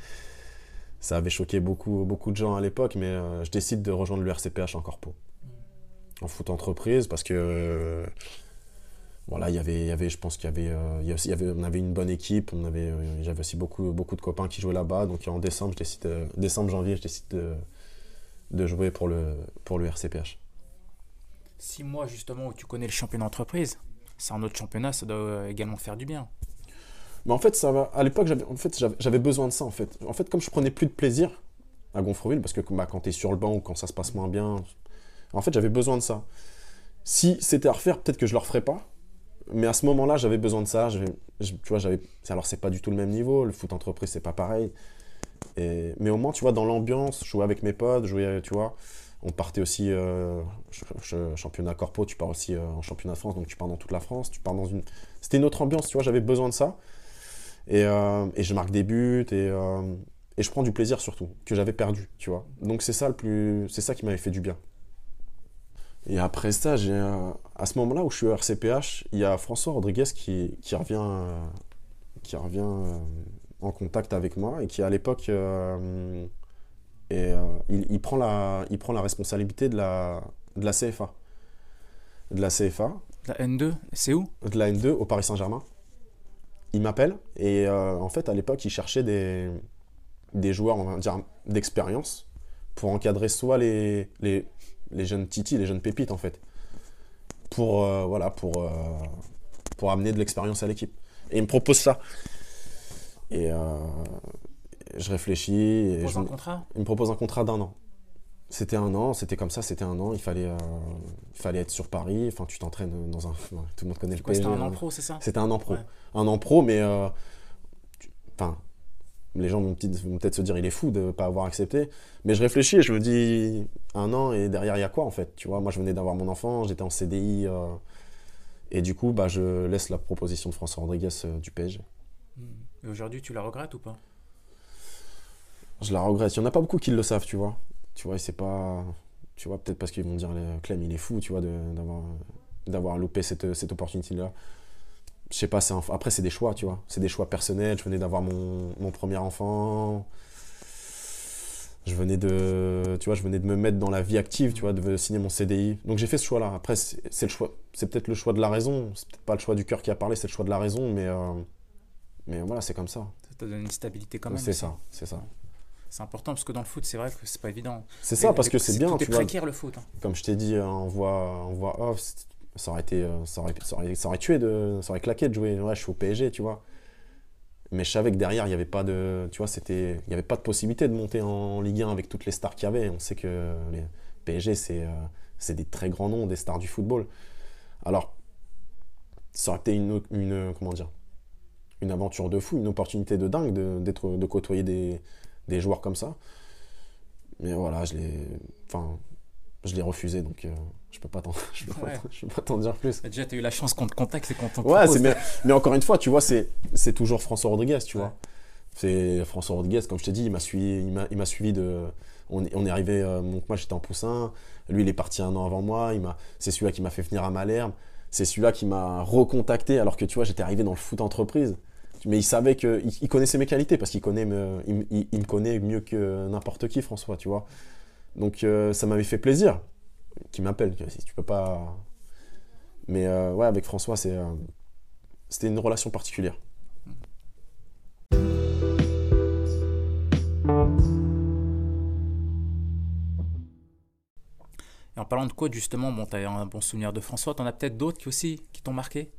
ça avait choqué beaucoup, beaucoup de gens à l'époque, mais euh, je décide de rejoindre le R C P H en corpo, en foot entreprise, parce que euh, voilà, il y avait, il y avait, je pense qu'il y avait, euh, il y a aussi- il y avait, on avait une bonne équipe, on avait, euh, j'avais aussi beaucoup, beaucoup de copains qui jouaient là-bas. Donc en décembre, je décide, euh, décembre, janvier, je décide de, de jouer pour le, pour le R C P H. Six mois justement où tu connais le championnat d'entreprise, c'est un autre championnat, ça doit euh, également faire du bien. Mais en fait, ça va. À l'époque, j'avais, en fait, j'avais, j'avais besoin de ça. En fait, en fait, comme je prenais plus de plaisir à Gonfreville, parce que bah, quand t'es sur le banc ou quand ça se passe moins bien, en fait, j'avais besoin de ça. Si c'était à refaire, peut-être que je le referais pas. Mais à ce moment-là, j'avais besoin de ça. J'avais, je- tu vois, j'avais. Alors, c'est pas du tout le même niveau. Le foot entreprise, c'est pas pareil. Et- mais au moins, tu vois, dans l'ambiance, jouer avec mes potes, jouer, tu vois. On partait aussi euh, ch- ch- championnat corpo, tu pars aussi euh, en championnat de France, donc tu pars dans toute la France, tu pars dans une. C'était une autre ambiance, tu vois, j'avais besoin de ça. Et, euh, et je marque des buts et, euh, et je prends du plaisir surtout, que j'avais perdu, tu vois. Donc c'est ça le plus. C'est ça qui m'avait fait du bien. Et après ça, j'ai, euh, à ce moment-là où je suis au R C P H, il y a François Rodriguez qui, qui revient, euh, qui revient euh, en contact avec moi et qui à l'époque euh, et, euh, il, il prend la, il prend la responsabilité de la, de la C F A. De la C F A, La N deux, c'est où? de la N deux au Paris Saint-Germain. Il m'appelle et euh, en fait à l'époque il cherchait des, des joueurs, on va dire, d'expérience pour encadrer soit les, les, les jeunes titis, les jeunes pépites en fait. Pour, euh, voilà, pour, euh, pour amener de l'expérience à l'équipe. Et il me propose ça. Et euh, je réfléchis. Et Pose je un me- contrat? il me propose un contrat d'un an. C'était un an, c'était comme ça, c'était un an. Il fallait, euh, il fallait être sur Paris. Enfin, tu t'entraînes dans un. Tout le monde connaît C'est le quoi, c'était P S G. un an hein. pro, c'est ça? C'était un an pro. Ouais. Un an pro, mais. euh, tu- Enfin, les gens vont peut- vont peut-être se dire il est fou de ne pas avoir accepté. Mais je réfléchis et je me dis un an et derrière il y a quoi en fait, tu vois. Moi je venais d'avoir mon enfant, j'étais en C D I euh, et du coup bah, je laisse la proposition de François Rodriguez euh, du P S G. Hmm. Et aujourd'hui, tu la regrettes ou pas? Je la regrette. Il n'y en a pas beaucoup qui le savent, tu vois. Tu vois, et c'est pas. Tu vois, peut-être parce qu'ils vont dire euh, Clem il est fou, tu vois, de- d'avoir d'avoir loupé cette, cette opportunité-là. Je sais pas, c'est un- après c'est des choix, tu vois. C'est des choix personnels. Je venais d'avoir mon, mon premier enfant. je venais de, tu vois, je venais de me mettre dans la vie active, tu vois, de signer mon C D I. Donc j'ai fait ce choix-là. Après, c'est c'est le choix, c'est peut-être le choix de la raison. C'est peut-être pas le choix du cœur qui a parlé, c'est le choix de la raison, mais, euh, mais voilà, c'est comme ça. Ça te donne une stabilité quand même. C'est aussi. ça, c'est ça. C'est important parce que dans le foot, c'est vrai que c'est pas évident. C'est ça, Et- parce et que c'est bien, Tout tu est vois. précaire le foot. hein. Comme je t'ai dit euh, en voix, en voix off, c'est- ça aurait été, euh, ça aurait, ça aurait, ça aurait tué, de, ça aurait claqué de jouer. Ouais, je suis au P S G, tu vois. Mais je savais que derrière, il n'y avait pas de, tu vois, c'était, il y avait pas de possibilité de monter en Ligue un avec toutes les stars qu'il y avait. On sait que les P S G, c'est, euh, c'est des très grands noms, des stars du football. Alors, ça aurait été une, une, comment dire, une aventure de fou, une opportunité de dingue de, d'être, de côtoyer des, des joueurs comme ça. Mais voilà, je l'ai, enfin, je l'ai refusé, donc euh, je peux pas t'en, je peux, Ouais. pas, je peux pas t'en dire plus. Déjà, tu as eu la chance qu'on te contacte, c'est qu'on t'en Ouais, propose. c'est, mais, mais encore une fois, tu vois, c'est, c'est toujours François Rodriguez, tu Ouais. vois. C'est François Rodriguez, comme je t'ai dit, il m'a suivi, il m'a, il m'a suivi de. On, est- on est arrivé, euh, donc moi j'étais en poussin, lui il est parti un an avant moi, il m'a, c'est celui-là qui m'a fait venir à Malherbe, c'est celui-là qui m'a recontacté alors que tu vois, j'étais arrivé dans le foot entreprise. Mais il savait que, il, il connaissait mes qualités parce qu'il connaît me, il, il- il me connaît mieux que n'importe qui, François, tu vois. Donc euh, ça m'avait fait plaisir qu'il m'appelle, tu vois, si tu peux pas. Mais euh, ouais, avec François, c'est, euh, c'était une relation particulière. Et en parlant de coach, justement, bon, tu as un bon souvenir de François, tu en as peut-être d'autres qui aussi qui t'ont marqué.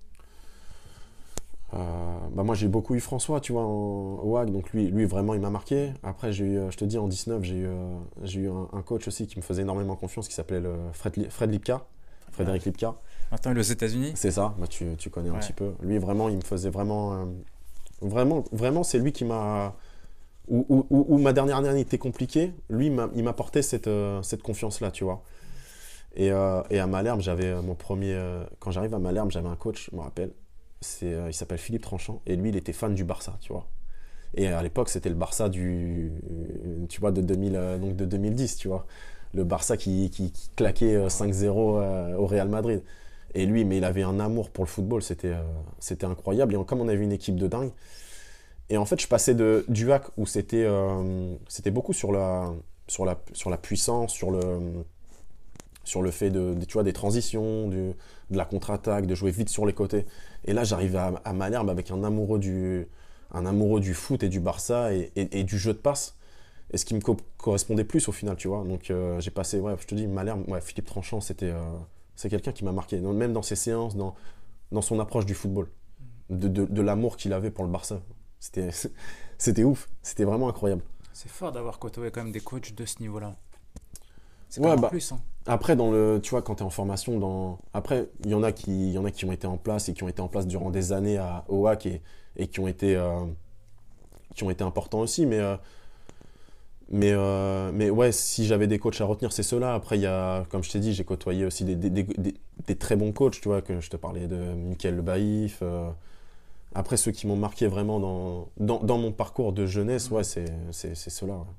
Euh, bah moi j'ai beaucoup eu François, tu vois, en, au Hague, donc lui, lui vraiment il m'a marqué. Après j'ai eu, euh, je te dis en dix-neuf, j'ai eu, euh, j'ai eu un, un coach aussi qui me faisait énormément confiance, qui s'appelait le Fred, Li- Fred Lipka, Frédéric Lipka. Maintenant, il est aux États-Unis. C'est ça, bah tu, tu connais un Ouais. petit peu. Lui vraiment il me faisait vraiment, euh, vraiment, vraiment c'est lui qui m'a, où, où- où- où ma dernière année était compliquée, lui il m'a- il m'apportait cette, euh, cette confiance-là, tu vois. Et, euh, et à Malherbe, j'avais euh, mon premier, euh, quand j'arrive à Malherbe, j'avais un coach, je me rappelle, c'est, euh, il s'appelle Philippe Tranchant, et lui il était fan du Barça, tu vois. Et à l'époque, c'était le Barça du, euh, tu vois, de, deux mille, euh, donc de deux mille dix, tu vois. Le Barça qui, qui- qui claquait euh, cinq zéro euh, au Real Madrid. Et lui, mais il avait un amour pour le football, c'était euh, c'était incroyable. Et comme on avait une équipe de dingue, et en fait, je passais de, du hack où c'était euh, c'était beaucoup sur la, sur, la, sur la puissance, sur le, sur le fait de, de- tu vois, des transitions, du- de la contre-attaque, de jouer vite sur les côtés. Et là, j'arrivais à, à Malherbe avec un amoureux du, un amoureux du foot et du Barça et, et- et du jeu de passe. Et ce qui me co- correspondait plus au final, tu vois. Donc euh, j'ai passé, ouais, je te dis, Malherbe, ouais, Philippe Tranchant, c'était, euh, c'est quelqu'un qui m'a marqué, dans- même dans ses séances, dans, dans son approche du football, de, de- de l'amour qu'il avait pour le Barça. C'était, c'était ouf, c'était vraiment incroyable. C'est fort d'avoir côtoyé quand même des coachs de ce niveau-là. C'est Ouais, quand même bah, plus. Hein. Après, dans le, tu vois, quand tu es en formation, dans... après, il y en a qui, il y en a qui ont été en place et qui ont été en place durant des années à O A C et, et qui ont été, euh, qui ont été importants aussi. Mais, euh, mais, euh, mais ouais, si j'avais des coachs à retenir, c'est ceux-là. Après, il y a, comme je t'ai dit, j'ai côtoyé aussi des, des, des, des- des très bons coachs, tu vois, que je te parlais de Mickaël Le Baïf. euh. Après, ceux qui m'ont marqué vraiment dans, dans, dans mon parcours de jeunesse, ouais, c'est, c'est, c'est ceux-là. Ouais.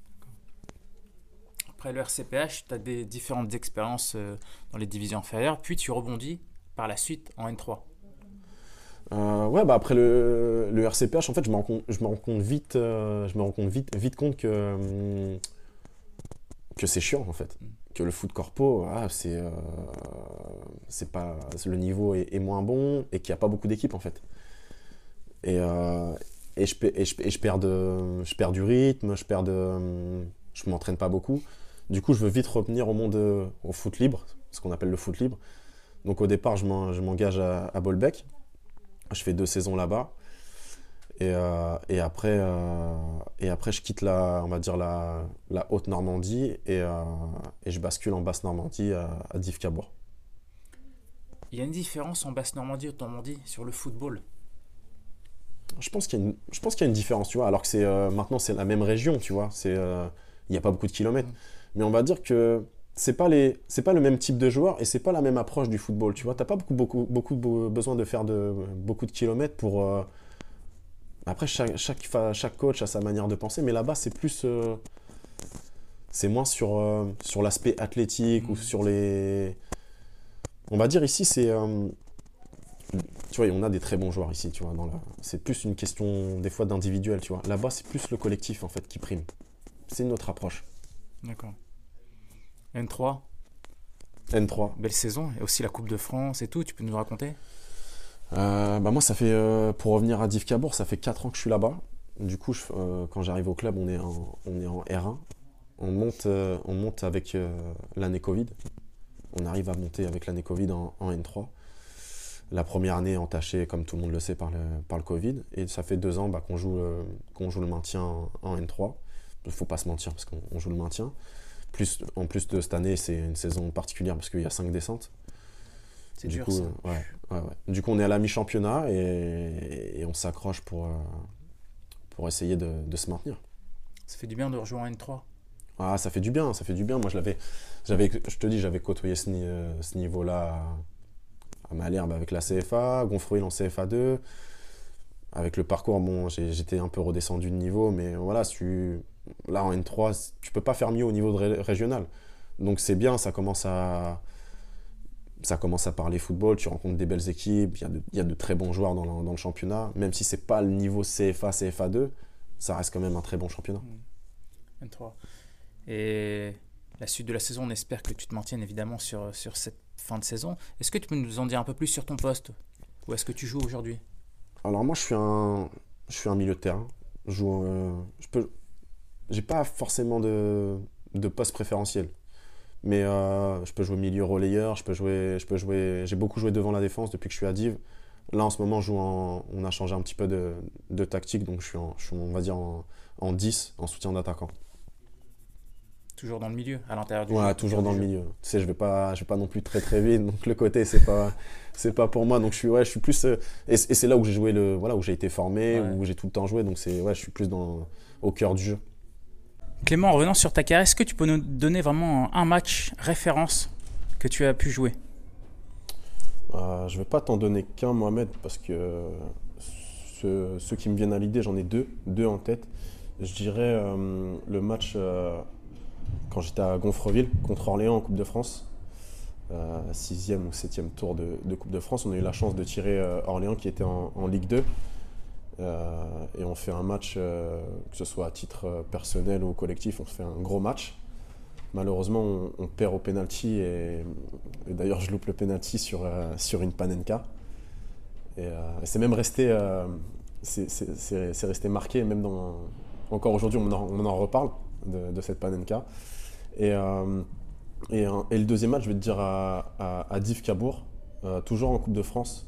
Après le R C P H, tu as des différentes expériences euh, dans les divisions inférieures, puis tu rebondis par la suite en N trois. Euh, ouais, bah après le, le R C P H, en fait, je me rends compte, je me rends compte vite, euh, je me rends compte vite, vite compte que, hum, que c'est chiant, en fait. Mm. Que le foot corpo, ah, c'est, euh, c'est pas, le niveau est, est moins bon et qu'il n'y a pas beaucoup d'équipes, en fait. Et, euh, et, je, pe- et, je, et je perds de, je perds du rythme, je perds de, hum, je m'entraîne pas beaucoup. Du coup, je veux vite revenir au monde, euh, au foot libre, ce qu'on appelle le foot libre. Donc au départ, je m'en- je m'engage à, à Bolbec. Je fais deux saisons là-bas. Et, euh, et, après, euh, et après, je quitte la, on va dire la, la Haute-Normandie et, euh, et je bascule en Basse-Normandie à, à Dives-Cabourg. Il y a une différence en Basse-Normandie et Haute-Normandie sur le football. Je pense qu'il y a une, je pense qu'il y a une différence, tu vois. Alors que c'est, euh, maintenant, c'est la même région, tu vois. C'est, euh, il n'y a pas beaucoup de kilomètres. Mm. Mais on va dire que c'est pas les, c'est pas le même type de joueur et c'est pas la même approche du football, tu vois. T'as pas beaucoup, beaucoup, beaucoup be- besoin de faire de, beaucoup de kilomètres pour. euh, Après, chaque, chaque, fa- chaque coach a sa manière de penser, mais là-bas, c'est plus, euh, c'est moins sur, euh, sur l'aspect athlétique ou Mm. sur les. On va dire ici, c'est. euh, Tu vois, on a des très bons joueurs ici, tu vois. Dans la... C'est plus une question, des fois, d'individuel, tu vois. Là-bas, c'est plus le collectif, en fait, qui prime. c'est une autre approche. D'accord. N trois, N trois. belle saison, et aussi la Coupe de France et tout, tu peux nous raconter? Euh, bah moi, ça fait, euh, pour revenir à Div Cabourg, ça fait quatre ans que je suis là-bas. Du coup, je- euh, quand j'arrive au club, on est en, on est en R un. On monte, euh, on monte avec euh, l'année Covid. On arrive à monter avec l'année Covid en, en N trois. La première année entachée, comme tout le monde le sait, par le, par le Covid. Et ça fait deux ans bah, qu'on joue, le- qu'on joue le maintien en, en N trois. Il ne faut pas se mentir parce qu'on on joue le maintien. Plus, en plus de cette année, c'est une saison particulière parce qu'il y a cinq descentes. C'est Du dur coup, ça. euh, ouais, ouais, ouais. Du coup, on est à la mi-championnat et, et on s'accroche pour, euh, pour essayer de, de se maintenir. Ça fait du bien de rejouer en N trois. Ah, ça fait du bien, ça fait du bien. Moi, je l'avais, j'avais, je te dis, j'avais côtoyé ce, ni- euh, ce niveau-là à, à Malherbe avec la C F A, Gonfreville en C F A deux. Avec le parcours, bon, j'ai- j'étais un peu redescendu de niveau, mais voilà, si tu, là en N trois, tu peux pas faire mieux au niveau de ré- régional. Donc c'est bien, ça commence à, ça commence à parler football, tu rencontres des belles équipes, il y a de, il y a de très bons joueurs dans le, dans le championnat. Même si c'est pas le niveau C F A, C F A deux, ça reste quand même un très bon championnat. N trois. Et la suite de la saison, on espère que tu te maintiennes évidemment sur, sur cette fin de saison. Est-ce que tu peux nous en dire un peu plus sur ton poste? Où est-ce que tu joues aujourd'hui? Alors moi, je suis un, je suis un milieu de terrain. Je joue, euh, je peux, j'ai pas forcément de, de poste préférentiel. Mais euh, je peux jouer milieu relayeur, je peux jouer, je peux jouer, j'ai beaucoup joué devant la défense depuis que je suis à Div. Là en ce moment, je joue en, on a changé un petit peu de, de tactique, donc je suis, en, je suis, on va dire en, en dix, en soutien d'attaquant. Toujours dans le milieu, à l'intérieur du jeu. Ouais, au toujours cœur dans du le jeu. milieu. Tu sais, je vais pas, je vais pas non plus très très vite, donc le côté c'est pas, c'est pas pour moi. Donc je suis, ouais, je suis plus, euh, et, c- et c'est là où j'ai joué le, voilà, où j'ai été formé, Ouais. où j'ai tout le temps joué, donc c'est, ouais, je suis plus dans, au cœur du jeu. Clément, en revenant sur ta carrière, est-ce que tu peux nous donner vraiment un match référence que tu as pu jouer? Euh, je vais pas t'en donner qu'un, Mohamed, parce que euh, ceux, ceux qui me viennent à l'idée, j'en ai deux, deux en tête. Je dirais euh, le match euh, quand j'étais à Gonfreville contre Orléans en Coupe de France, euh, sixième ou septième tour de, de Coupe de France. On a eu la chance de tirer euh, Orléans qui était en, en Ligue deux. Euh, et on fait un match, euh, que ce soit à titre euh, personnel ou collectif, on fait un gros match. Malheureusement, on, on perd au penalty et, et d'ailleurs, je loupe le penalty sur, euh, sur une panenka. Et euh, c'est même resté, euh, c'est, c'est- c'est- c'est resté marqué, même dans, encore aujourd'hui, on en, on en reparle de, de cette panenka. Et, euh, et, un- et le deuxième match, je vais te dire à, à, à Div Cabourg, euh, toujours en Coupe de France,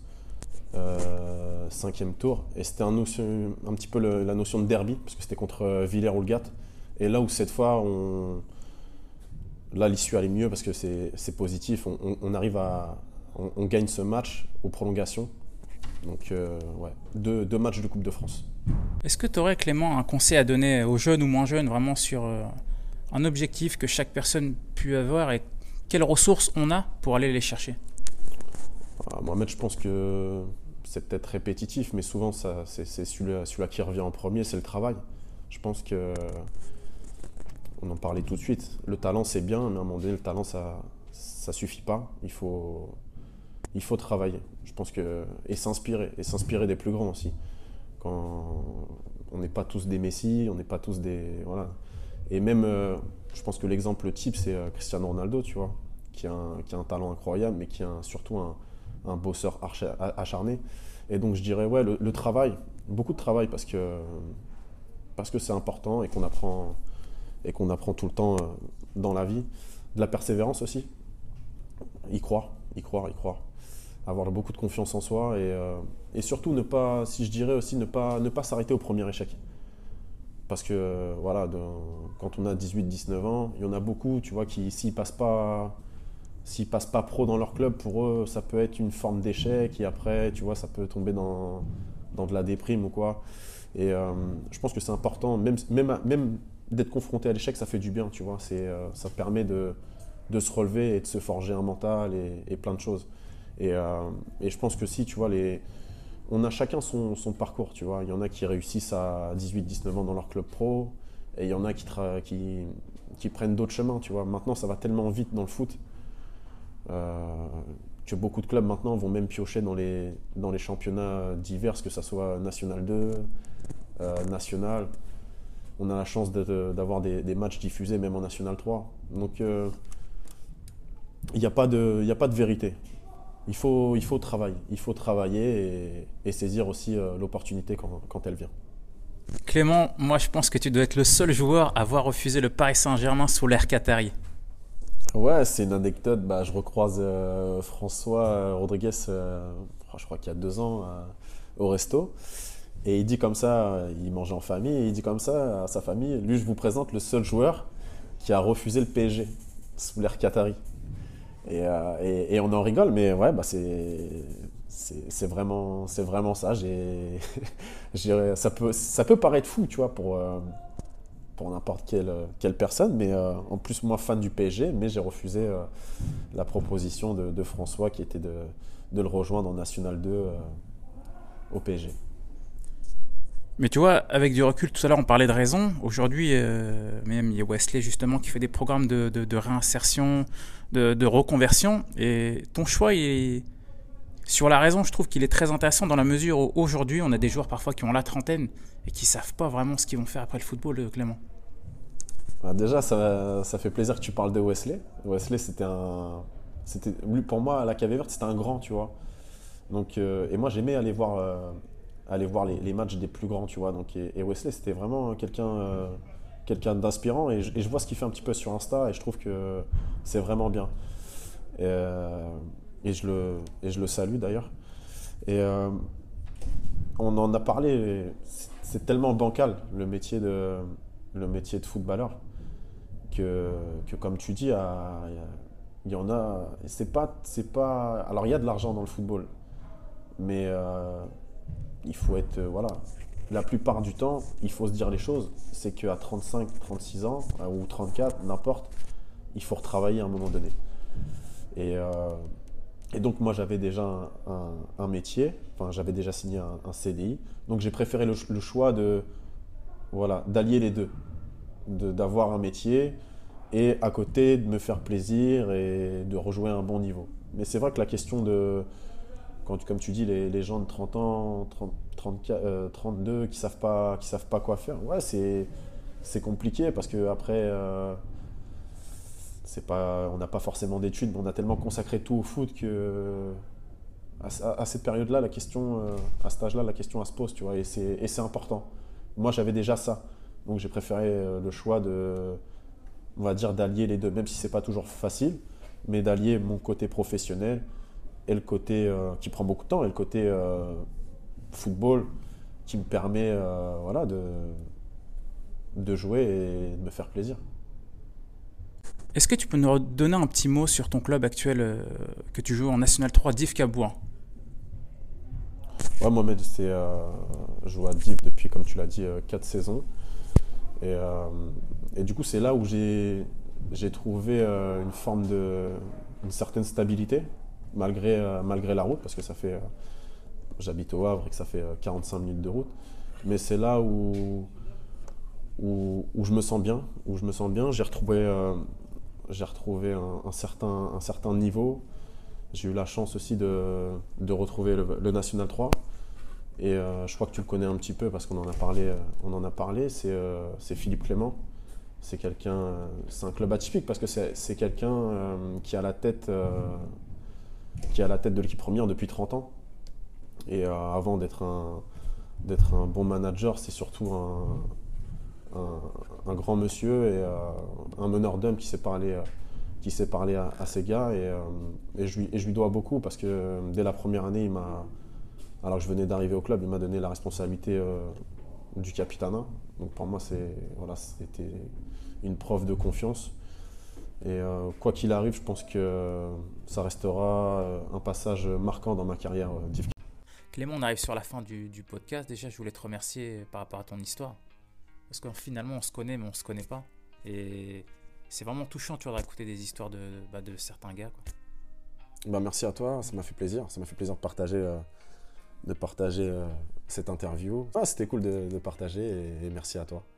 euh, cinquième tour. Et c'était un, notion- un petit peu le- la notion de derby, parce que c'était contre euh, Villers-Houlgat. Et là où cette fois, on, là l'issue allait mieux parce que c'est c'est positif. On, on- on arrive à, on, on gagne ce match aux prolongations. Donc euh, ouais, deux, deux matchs de Coupe de France. Est-ce que tu aurais, Clément, un conseil à donner aux jeunes ou moins jeunes, vraiment sur euh, un objectif que chaque personne peut avoir et quelles ressources on a pour aller les chercher? Ah, Mohamed, je pense que c'est peut-être répétitif, mais souvent ça, c'est c'est celui-là celui-là qui revient en premier, c'est le travail. Je pense que on en parlait tout de suite. Le talent c'est bien, mais à un moment donné, le talent ça ça suffit pas. Il faut il faut travailler. Je pense que et s'inspirer et s'inspirer des plus grands aussi. Quand on n'est pas tous des Messi, on n'est pas tous des voilà. Et même, euh, je pense que l'exemple type c'est euh, Cristiano Ronaldo, tu vois, qui a un, qui a un talent incroyable, mais qui a un- surtout un, un bosseur archa- acharné. Et donc je dirais ouais le, le travail, beaucoup de travail parce que parce que c'est important et qu'on apprend et qu'on apprend tout le temps euh, dans la vie. De la persévérance aussi, y croire, y croire, y croire. Avoir beaucoup de confiance en soi et, euh, et surtout ne pas, si je dirais aussi, ne pas, ne pas s'arrêter au premier échec. Parce que euh, voilà, de- quand on a dix-huit dix-neuf ans, il y en a beaucoup, tu vois, qui s'ils passent pas, s'ils passent pas pro dans leur club, pour eux, ça peut être une forme d'échec et après, tu vois, ça peut tomber dans, dans de la déprime ou quoi. Et euh, je pense que c'est important, même, même, même d'être confronté à l'échec, ça fait du bien, tu vois. C'est, euh, ça permet de, de se relever et de se forger un mental et, et plein de choses. Et, euh, et je pense que si, tu vois, les, on a chacun son, son parcours, tu vois. Il y en a qui réussissent à dix-huit dix-neuf ans dans leur club pro et il y en a qui, tra- qui, qui prennent d'autres chemins, tu vois. Maintenant, ça va tellement vite dans le foot euh, que beaucoup de clubs maintenant vont même piocher dans les, dans les championnats divers, que ce soit National deux, euh, National. on a la chance de, d'avoir des, des matchs diffusés même en National trois. Donc il euh, n'y a pas de, y a pas de vérité. Il faut, il faut travailler, il faut travailler et, et saisir aussi euh, l'opportunité quand, quand elle vient. Clément, moi je pense que tu dois être le seul joueur à avoir refusé le Paris Saint-Germain sous l'ère Qatari. Ouais, c'est une anecdote. Bah, je recroise euh, François euh, Rodriguez, euh, je crois qu'il y a deux ans, euh, au resto. Et il dit comme ça, euh, il mangeait en famille, et il dit comme ça à sa famille, lui je vous présente le seul joueur qui a refusé le P S G sous l'ère Qatari. Et, euh, et, et on en rigole, mais ouais, bah c'est, c'est, c'est vraiment, c'est vraiment ça. J'ai, j'ai- ça peut, ça peut paraître fou, tu vois, pour, euh, pour n'importe quelle, quelle personne, mais euh, en plus moi fan du P S G, mais j'ai refusé euh, la proposition de, de François qui était de, de le rejoindre en National deux euh, au P S G. Mais tu vois, avec du recul, tout à l'heure on parlait de raison. Aujourd'hui, euh, même il y a Wesley justement qui fait des programmes de, de, de réinsertion, de, de reconversion. Et ton choix, il est... sur la raison, je trouve qu'il est très intéressant dans la mesure où aujourd'hui on a des joueurs parfois qui ont la trentaine et qui savent pas vraiment ce qu'ils vont faire après le football, euh, Clément. Bah, déjà, ça, ça fait plaisir que tu parles de Wesley. Wesley, c'était un, c'était, lui, pour moi, à la Cavée Verte, c'était un grand, tu vois. Donc, euh, et moi, j'aimais aller voir, euh, aller voir les, les matchs des plus grands, tu vois. Donc, et, et Wesley, c'était vraiment quelqu'un, euh, quelqu'un d'inspirant. Et je, et je vois ce qu'il fait un petit peu sur Insta, et je trouve que c'est vraiment bien. Et, euh, et je le, et je le salue d'ailleurs. Et euh, on en a parlé. C'est c'est tellement bancal le métier de, le métier de footballeur que, que comme tu dis, à- il y en a. C'est pas, c'est pas. Alors il y a de l'argent dans le football, mais euh, il faut être, euh, voilà. La plupart du temps, il faut se dire les choses. C'est qu'à trente-cinq, trente-six ans euh, ou trente-quatre, n'importe, il faut retravailler à un moment donné. Et, euh, et donc moi j'avais déjà un, un- un métier, enfin j'avais déjà signé un, un C D I, donc j'ai préféré le, ch- le choix de, voilà, d'allier les deux, de- d'avoir un métier et à côté de me faire plaisir et de rejouer à un bon niveau. Mais c'est vrai que la question de, quand tu- comme tu dis, les, les gens de trente ans, trente, trente, euh, trente-deux qui savent pas, qui savent pas quoi faire, ouais, c'est, c'est compliqué parce que après, euh, c'est pas, on n'a pas forcément d'études, mais on a tellement consacré tout au foot que à, à- à cette période-là, la question, euh, à cet âge-là, la question elle se pose, tu vois, et c'est, et c'est important. Moi, j'avais déjà ça, donc j'ai préféré euh, le choix de, on va dire, d'allier les deux, même si c'est pas toujours facile, mais d'allier mon côté professionnel et le côté euh, qui prend beaucoup de temps et le côté euh, football qui me permet, euh, voilà, de, de jouer et de me faire plaisir. Est-ce que tu peux nous donner un petit mot sur ton club actuel euh, que tu joues en National trois, Div Cabouin? Ouais, Mohamed, c'est, euh, je joue à Div depuis, comme tu l'as dit, euh, quatre saisons. Et, euh, et du coup, c'est là où j'ai, j'ai trouvé euh, une forme de, une certaine stabilité, malgré, euh, malgré la route, parce que ça fait, euh, j'habite au Havre et que ça fait euh, quarante-cinq minutes de route. Mais c'est là où, où, où je me sens bien, où je me sens bien. J'ai retrouvé, euh, j'ai retrouvé un, un certain, un certain niveau. J'ai eu la chance aussi de, de retrouver le, le National trois. Et euh, je crois que tu le connais un petit peu parce qu'on en a parlé. euh, on en a parlé. C'est euh, c'est Philippe Clément. C'est quelqu'un, euh, c'est un club atypique parce que c'est c'est quelqu'un euh, qui a la tête, euh, qui a la tête de l'équipe première depuis trente ans. Et euh, avant d'être un, d'être un bon manager, c'est surtout un, un, un grand monsieur et euh, un meneur d'hommes qui sait parler, euh, qui sait parler à, à ses gars. Et, euh, et je lui, et je lui dois beaucoup parce que euh, dès la première année, il m'a, alors que je venais d'arriver au club, il m'a donné la responsabilité euh, du capitanat. Donc pour moi, c'est, voilà, c'était une preuve de confiance. Et euh, quoi qu'il arrive, je pense que ça restera euh, un passage marquant dans ma carrière euh, d'Yves. Clément, on arrive sur la fin du, du podcast. Déjà, je voulais te remercier par rapport à ton histoire. Parce que finalement, on se connaît, mais on se connaît pas. Et c'est vraiment touchant, tu vois, d'écouter des histoires de, bah, de certains gars, quoi. Bah, merci à toi, ça m'a fait plaisir. Ça m'a fait plaisir de partager, euh, de partager euh, cette interview. Ah, c'était cool de, de partager et, et merci à toi.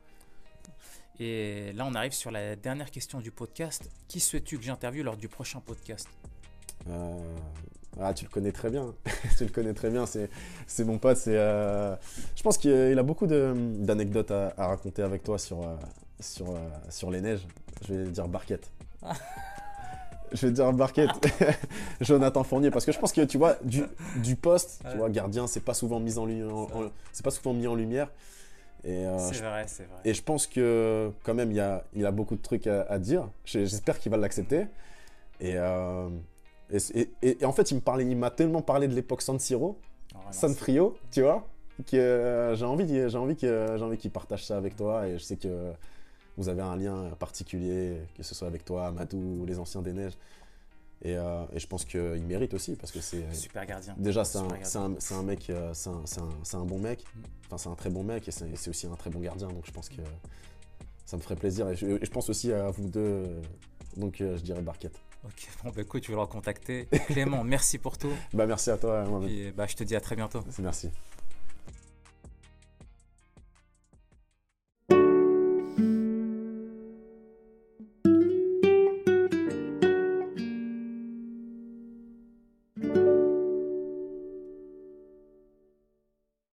Et là, on arrive sur la dernière question du podcast. Qui souhaites-tu que j'interviewe lors du prochain podcast? Euh, Ah, tu le connais très bien. Tu le connais très bien. C'est, c'est mon pote. C'est, euh, je pense qu'il a, il a beaucoup de, d'anecdotes à, à raconter avec toi sur, euh, sur, euh, sur les neiges. Je vais dire Barquette. Je vais dire Barquette. Jonathan Fournier. Parce que je pense que, tu vois, du, du poste, tu Ouais. vois, gardien, c'est pas souvent mis en, lu- en- en- c'est pas souvent mis en lumière. Et, euh, C'est je, vrai, c'est vrai. et je pense que, quand même, il, y a, il a beaucoup de trucs à, à dire. J'ai- J'espère qu'il va l'accepter. Et, euh, et, et- et en fait, il me parlait, il m'a tellement parlé de l'époque San Siro, Vraiment, San c'est- Frio, tu vois, que euh, j'ai envie, j'ai envie que, j'ai envie qu'il partage ça avec toi. Et je sais que vous avez un lien particulier, que ce soit avec toi, Amadou, ou les anciens des neiges. Et, euh, et je pense qu'il mérite aussi parce que c'est Super gardien. déjà c'est un, Super c'est gardien. un, c'est un mec, euh, c'est un, c'est un, c'est un bon mec. Enfin, c'est un très bon mec et c'est c'est aussi un très bon gardien. Donc je pense que ça me ferait plaisir. Et je, et je pense aussi à vous deux. Donc euh, je dirais Barquette. Ok, bon, bah écoute, je vais le recontacter. Clément, merci pour tout. Bah merci à toi, Mohamed. Et bah, je te dis à très bientôt. Merci.